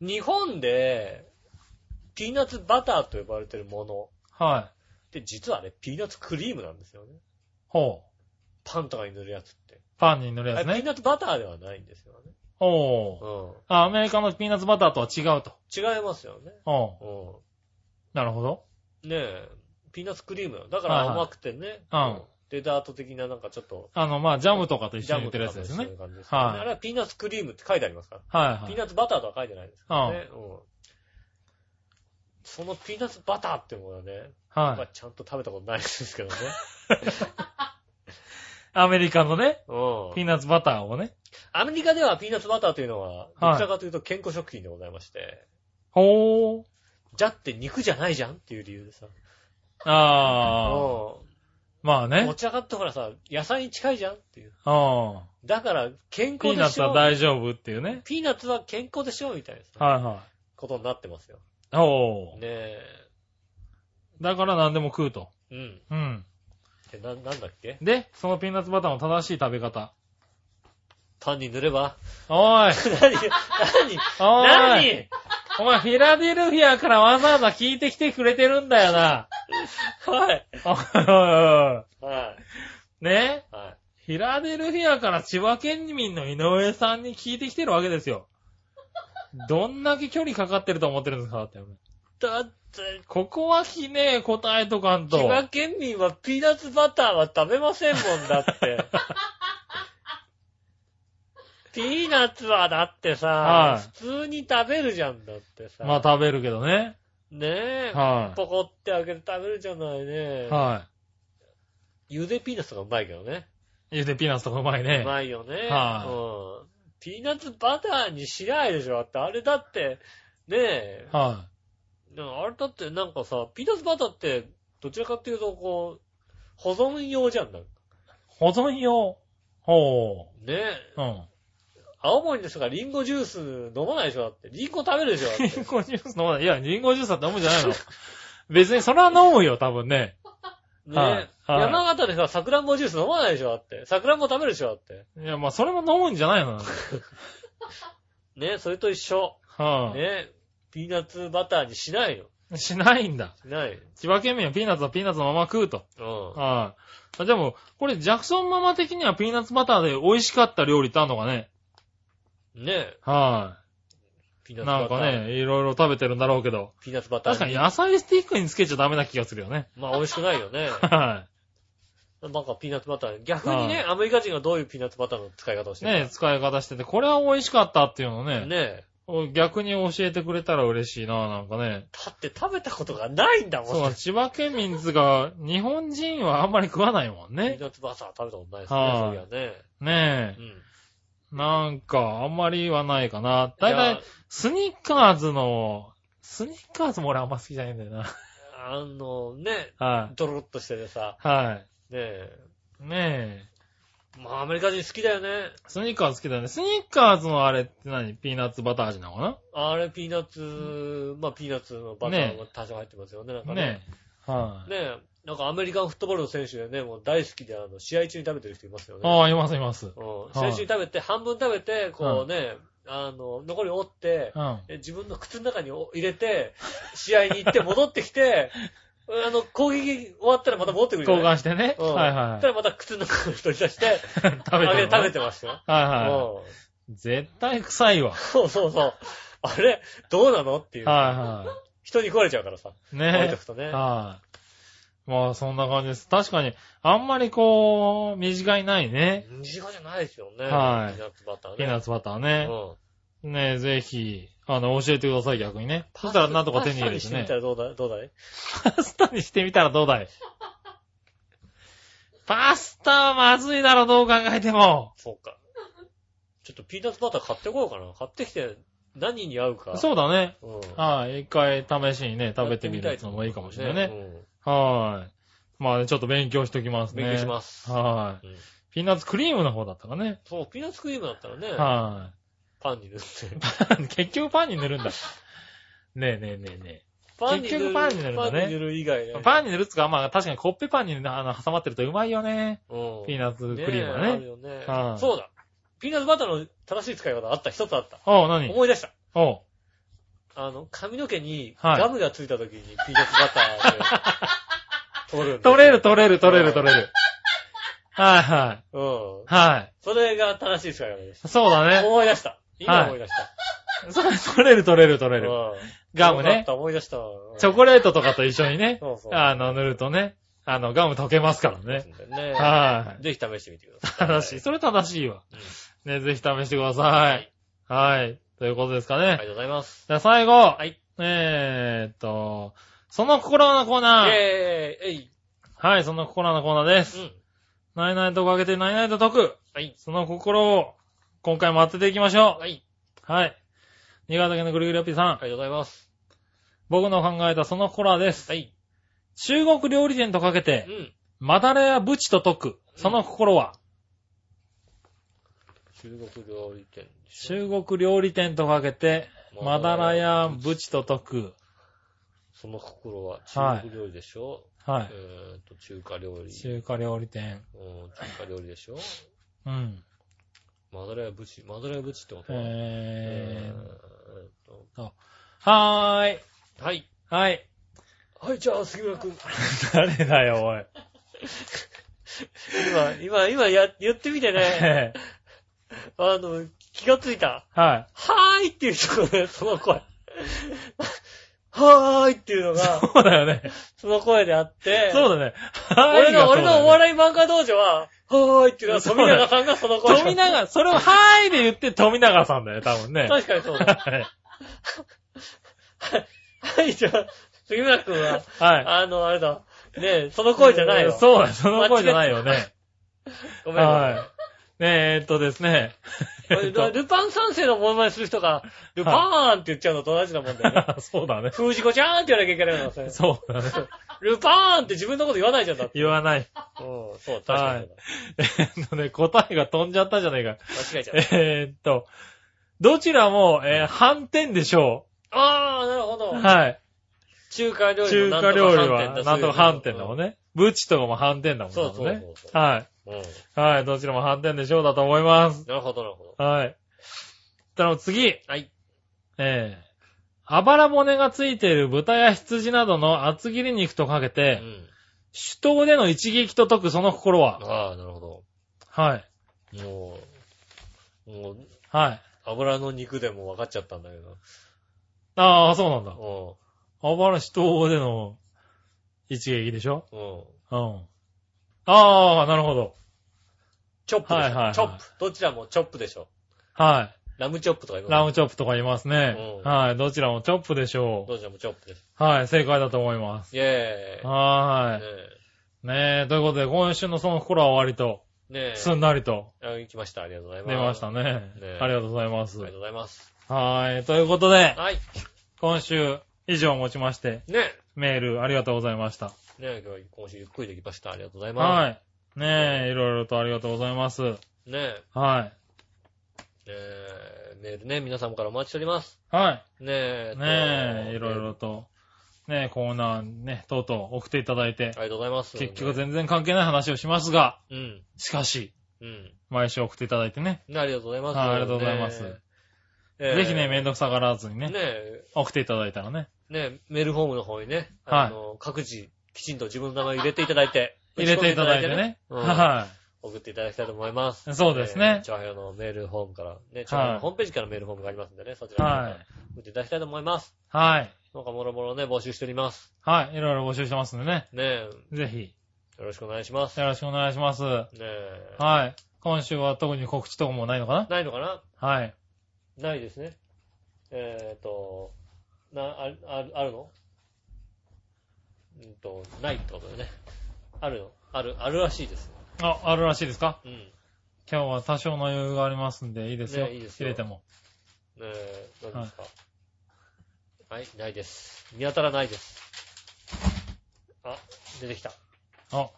日本で、ピーナッツバターと呼ばれてるもの。 はい。 で、実はね、ピーナッツクリームなんですよね。 ほう。 パンとかに塗るやつって。 パンに塗るやつね。 ピーナッツバターではないんですよね。 おー。うん。あ、アメリカのピーナッツバターとは違うと。 違いますよね。 おう。うん。なるほど。 ねえ、ピーナッツクリームだから甘くてね。はいはい、うん。デザート的ななんかちょっと。 あの、まあ、ジャムとかと一緒に売ってるやつですね。 そういう感じです、ね。はい。あれはピーナッツクリームって書いてありますから。 はいはい。 ピーナッツバターとは書いてないですからね。うん。うん、そのピーナッツバターっていうものはね。はい。ちゃんと食べたことないですけどね。 アメリカのね。うん。ピーナッツバターをね。 アメリカではピーナッツバターというのは、どちらかというと健康食品でございまして。 ほー。 じゃって肉じゃないじゃんっていう理由でさ。 あー。うん。まあね。 どちらかってほらさ、野菜に近いじゃんっていう。 あー。だから健康でしょ。 ピーナッツは大丈夫っていうね。 ピーナッツは健康でしょみたいなさ。はいはい。 ことになってますよ。 おー。 ねえ。 だから何でも食うと。 うん。 うん。 で、な、なんだっけ？ で、そのピーナッツバターの正しい食べ方。 パンに塗れば？ おーい。 何？何？何？ お前、フィラデルフィアからわざわざ聞いてきてくれてるんだよな。 はい。 はい。ね？ はい。 フィラデルフィアから千葉県民の井上さんに聞いてきてるわけですよ。どんだけ距離かかってると思ってるんですか？だって。 だって、 ここはきね、答えとかんと。 千葉県民はピーナッツバターは食べませんもんだって。ピーナッツはだってさ、はい、普通に食べるじゃんだってさ。 まあ食べるけどね。 ねえ。 はい。 ポコって開けて食べるじゃないね。 はい。 茹でピーナッツとかうまいけどね。 茹でピーナッツとかうまいね。 うまいよね。 はい、 うん。ピーナッツバターにしないでしょだって、あれだって、ねえ。 はい。 あれだってなんかさ、ピーナッツバターって、どちらかっていうとこう、保存用じゃんだ。 保存用ほう。ねえ。 うん。 青森の人がリンゴジュース飲まないでしょだって。リンゴ食べるでしょだって。 リンゴジュース飲まない。いや、リンゴジュースだって飲むんじゃないの別にそれは飲むよ、多分ね。 ねえ、はいはい。山形でさ、サクランボジュース飲まないでしょだって。サクランボ食べるでしょだって。 いや、まあ、それも飲むんじゃないのねえ、それと一緒。 はあ、ねえ、ピーナッツバターにしないよ。 しないんだ。 しない。 千葉県民はピーナッツはピーナッツのまま食うと。 うん。 はい、あ。でも、これ、ジャクソンママ的にはピーナッツバターで美味しかった料理ってあるのかね。 ねえ。 はい、 ピーナッツバター。 なんかね、いろいろ食べてるんだろうけど。 ピーナッツバター。 確かに野菜スティックにつけちゃダメな気がするよね。 まあ美味しくないよね。 はい。 なんかピーナッツバター。逆にね、アメリカ人がどういうピーナッツバターの使い方をしてるねえ、使い方してて、これは美味しかったっていうのね。 ねえ。 逆に教えてくれたら嬉しいな、なんかね。 だって食べたことがないんだもん。 そう、千葉県民ズが、日本人はあんまり食わないもんね。 ピーナッツバター食べたことないですね、そういやね。 ねえ。うん。なんか、あんまりはないかな。だいたい、スニッカーズの、スニッカーズも俺あんま好きじゃないんだよな。 あの、ね。 はい。 ドロッとしててさ。 はい。 ねえ。 ねえ。 まあ、アメリカ人好きだよね。 スニッカーズ好きだよね。スニッカーズのあれって何？ピーナッツバター味なのかな？ あれ、ピーナッツ、まあ、ピーナッツのバターが多少入ってますよね、なんかね。 ねえ。はい、 ねえ。なんかアメリカンフットボールの選手でね、もう大好きで、あの、試合中に食べてる人いますよね。 ああ、いますいます。うん。 試合中に食べて、半分食べて、こうね、あの、残り折って、うん、自分の靴の中に入れて、試合に行って戻ってきて、あの、攻撃終わったらまた戻ってくる。 交換してね。うん、はいはい。 そしたらまた靴の中に取り出して、食べて食べてましたよ。 はいはい。絶対臭いわ。 そうそうそう。あれ、どうなのっていう。 はいはい。 人に食われちゃうからさ。 ねえ。 置いとくとね。 はい。まあ、そんな感じです。確かに、あんまりこう、身近にないね。 身近じゃないですよね。 はい。 ピーナッツバターね。 ピーナッツバターね。うん。ねえ、ぜひ、あの、教えてください、逆にね。そしたらなんとか手に入れてね。パスタにしてみたらどうだいどうだいパスタにしてみたらどうだいパスタはまずいだろ、どう考えても。 そうか。ちょっとピーナッツバター買ってこようかな。買ってきて何に合うか。 そうだね。 うん。 はい。一回試しにね、食べてみるのもいいかもしれないね。ねうん、はい。まあね、ちょっと勉強しときますね。 勉強します。 はい、うん。ピーナッツクリームの方だったかね。 そう、ピーナッツクリームだったらね。 はい。 パンに塗って。 結局パンに塗るんだ。ねえねえねえねえ。パンに結局パンに塗るんだね。 パンに塗る以外ね。 パンに塗るっつうか、まあ確かにコッペパンにあの挟まってるとうまいよね。うん。ピーナッツクリームはね。 ねあるよね、はあ。そうだ。ピーナッツバターの正しい使い方あった。一つあった。 おう、何思い出した。 おう。 あの、髪の毛にガムがついた時にピーナッツバターで取る。 取れる取れる取れる取れる。はいはい。 うん。 はい。 それが正しい使い方です。 そうだね。 思い出した。今思い出した。 それ取れる取れる取れる。ガムね。 思い出した。 チョコレートとかと一緒にね。そうそう。あの、塗るとね。あの、ガム溶けますからね。 ねはい。 ぜひ試してみてください。 正しい。それ正しいわ。ね、ぜひ試してください。はい。ということですかね。ありがとうございます。 じゃあ最後。 はい。 えーっと、その心のコーナー。 イェーイえい。 はい、その心のコーナーです。うん。ナイナイとかけてナイナイと解く。はい。その心を、今回も当てていきましょう。はい。はい。新潟県のぐるぐるよっぴーさん。ありがとうございます。 僕の考えたその心です。はい。中国料理店とかけて、うん。まだらやぶちと解く。その心は、 うん、中国料理店。 中国料理店とかけて、まだらやぶちと解く。 その心は中国料理でしょ、 はい、はい。 えーと、中華料理。 中華料理店。 うん、中華料理でしょうん。 まだらやぶち、まだらやぶちってことはえーと。はーい。 はい。 はい。 はい、じゃあ、杉村くん。 誰だよ、おい。 今、今、今や、言ってみてね。あの、気がついた。 はい。はーいっていう人がね、その声。はーいっていうのが。 そうだよね。 その声であって。 そうだね。 はーい。俺の、俺のお笑い漫画道場は、はーいっていうのは富永さんがその声。 富永、それをはーいで言って富永さんだよ、多分ね。 確かにそうだ。はい。はい、じゃあ、杉村くんは、はい。あの、あれだ。ねえ、その声じゃないよ。 そうだ、その声じゃないよね。 ごめん。はい。 ねえ、えっとですね。 ルパン三世のモノマネする人が、ルパーンって言っちゃうのと同じなもんだよね。 そうだね。 封じ子ちゃーんって言わなきゃいけないのさ。 そうだね。 ルパーンって自分のこと言わないじゃんだって。 言わない。 うん、そう、確かに。 えっとね、答えが飛んじゃったじゃねえか。 間違えちゃった。 えーっと、どちらも、えー、半点でしょう。あー、なるほど。 はい。 中華料理中華料理は、なんとか半点だもんね。ブチとかも半点だもんね。 そうそうそう。 はい。うん、はい。どちらも半点でしょうだと思います。 なるほど、なるほど。はい。たら次。 はい。 えー、あばら骨がついている豚や羊などの厚切り肉とかけて、うん、手刀での一撃と解くその心は。 ああ、なるほど。 はい。 もう、もう、 はい。 油の肉でも分かっちゃったんだけど。 ああ、そうなんだ。 うん。 あばら手刀での一撃でしょ？ うん。 うん。ああ、なるほど。 チョップでしょ。 はいはいはい、 チョップ。どちらもチョップでしょ。 はい。 ラムチョップとか言います、 ね。ラムチョップとか言いますね。うん、はい。どちらもチョップでしょう。 どちらもチョップです。 はい。正解だと思います。 イェーイ。 はーい。ねえ。ねえ。ということで、今週のその心は割と、ねえ。すんなりと。 あ、行きました。ありがとうございます。 出ましたね。ねありがとうございます。ありがとうございます。 はーい。ということで、 はい。 今週以上をもちまして、 ねメールありがとうございました。 ねえ、今週ゆっくりできました。ありがとうございます。 はい。ねえ、いろいろとありがとうございます。ねえ。 はい。 えー、メールね、皆様からお待ちしております。 はい。 ねえ。 ねえ、いろいろと、ねえ、コーナーね、とうとう送っていただいて。ありがとうございます。 結局全然関係ない話をしますが、 うん。 しかし、 うん。 毎週送っていただいてね。 ね、ありがとうございます。 はい、ありがとうございます。えー、ぜひね、めんどくさがらずにね。ねえ。送っていただいたらね。 ねえ、メールフォームの方にね、はい。あの、各自、きちんと自分の名前入れていただいて。 入れていただいてね。はい。 送っていただきたいと思います。 そうですね。 チョアヘヨのメールフォームから、ね、チョアヘヨのホームページからメールフォームがありますんでね、そちらから送っていただきたいと思います。 はい。 なんかもろもろね、募集しております。 はい。いろいろ募集してますんでね。 ねえ。ぜひ。 よろしくお願いします。 よろしくお願いします。ねえ。 はい。今週は特に告知とかもないのかな？ ないのかな？ はい。 ないですね。えーと、な、あ、ある、あるの？うんと、ないってことだよね。あるの？ある、あるらしいです。 あ、あるらしいですか？ うん。 今日は多少の余裕がありますんで、いいですよ。 ね、いいですよ。 入れても。 ねえ、何ですか、はい、はい、ないです。見当たらないです。あ、出てきた。 あ。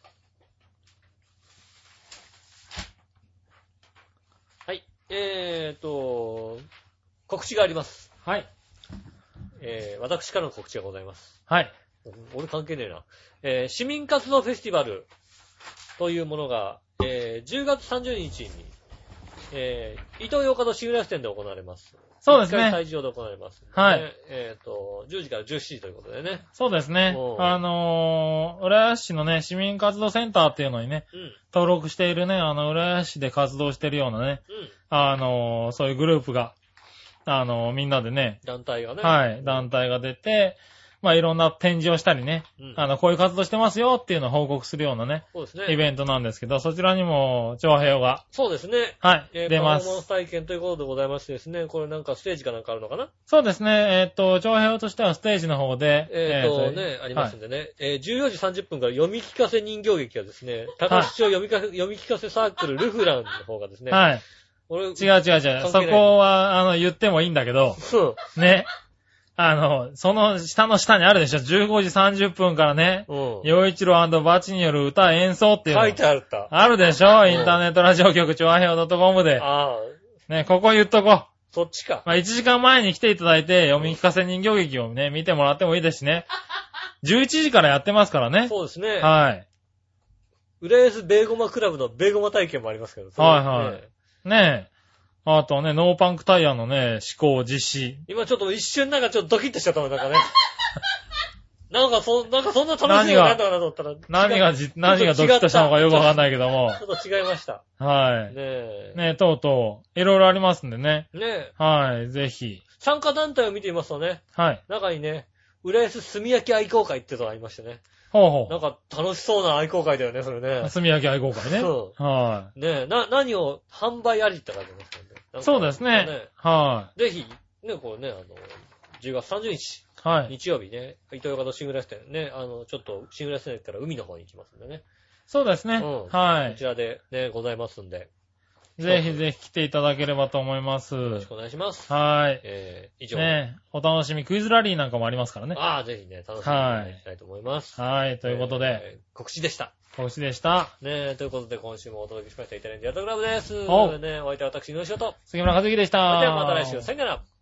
はい、えーと、告知があります。 はい。 えー、私からの告知がございます。 はい。 俺関係ねえな。えー、市民活動フェスティバルというものが、えー、じゅうがつさんじゅうにちに、えー、イトーヨーカドーシングラス店で行われます。 そうですね。 いっかい催事場で行われます、ね。 はい。 えっ、ー、と、じゅうじからじゅうしちじということでね。 そうですね。あのー、浦安市のね、市民活動センターっていうのにね、うん、登録しているね、あの、浦安市で活動しているようなね、うん、あのー、そういうグループが、あのー、みんなでね、 団体がね。 はい、団体が出て、まあいろんな展示をしたりね、うん、あの、こういう活動してますよっていうのを報告するようなね、 そうですね。 イベントなんですけど、そちらにも、長平が。 そうですね。 はい、 えー、 出ます。 パフォーマンス体験ということでございましてですね、これなんかステージかなんかあるのかな？ そうですね、えー、っと、長平としてはステージの方で、 えー、っとね、えー、ありますんでね、はい、えー、じゅうよじさんじゅっぷんから読み聞かせ人形劇がですね、高橋町読みか、はい、読み聞かせサークルルフランの方がですね、はい。俺違う違う違う。そこは、あの、言ってもいいんだけど、 そう。 ね。あの、その下の下にあるでしょ。じゅうごじさんじゅっぷんからね。うん。洋一郎&バチによる歌演奏っていうの。 書いてあった。 あるでしょ。インターネットラジオ局、ちょわへお .com で。ああ。ね、ここ言っとこう。 そっちか。 まあ、いちじかんまえに来ていただいて、読み聞かせ人形劇をね、見てもらってもいいですしね。じゅういちじからやってますからね。 そうですね。 はい。 浦安ベーゴマクラブのベーゴマ体験もありますけど。 はいはい。ねえ。あとね、ノーパンクタイヤのね、試行実施。 今ちょっと一瞬なんかちょっとドキッとしちゃったもん、なんかね。なんかそ、なんかそんな楽しいのなんだかなと思ったら。 何がじ、何がドキッとしたのかよくわかんないけども。 ちょっと違いました。 はい。ねえ。ねえ、とうとう、いろいろありますんでね。 ねえ。 はい、ぜひ。 参加団体を見てみますとね。はい。中にね、浦安炭焼き愛好会っていうのがありましてね。 ほうほう。 なんか楽しそうな愛好会だよね、それね。 炭焼き愛好会ね。 そう。 はい。 ねえ、な、何を販売ありって書いてますよね。 そうですね。ねはい。ぜひ、ね、こうね、あの、じゅうがつさんじゅうにち。はい。日曜日ね、イトーヨーカドーシングラス店ね、あの、ちょっとシングラス店から海の方に行きますんでね。 そうですね。うん。はい。 こちらでね、ございますんで。 ぜひぜひ来ていただければと思います。 よろしくお願いします。 はい。 えー、以上。 ね、お楽しみクイズラリーなんかもありますからね。 ああ、ぜひね、楽しみにしたいと思います。 はい。はい、ということで、 えー、告知でした。 告知でした。 ねえ、ということで今週もお届けしましたイタリアンジェラートクラブです。おねえ、お相手は私、井上翔と。 杉村和樹でした。 それではまた来週、さよなら。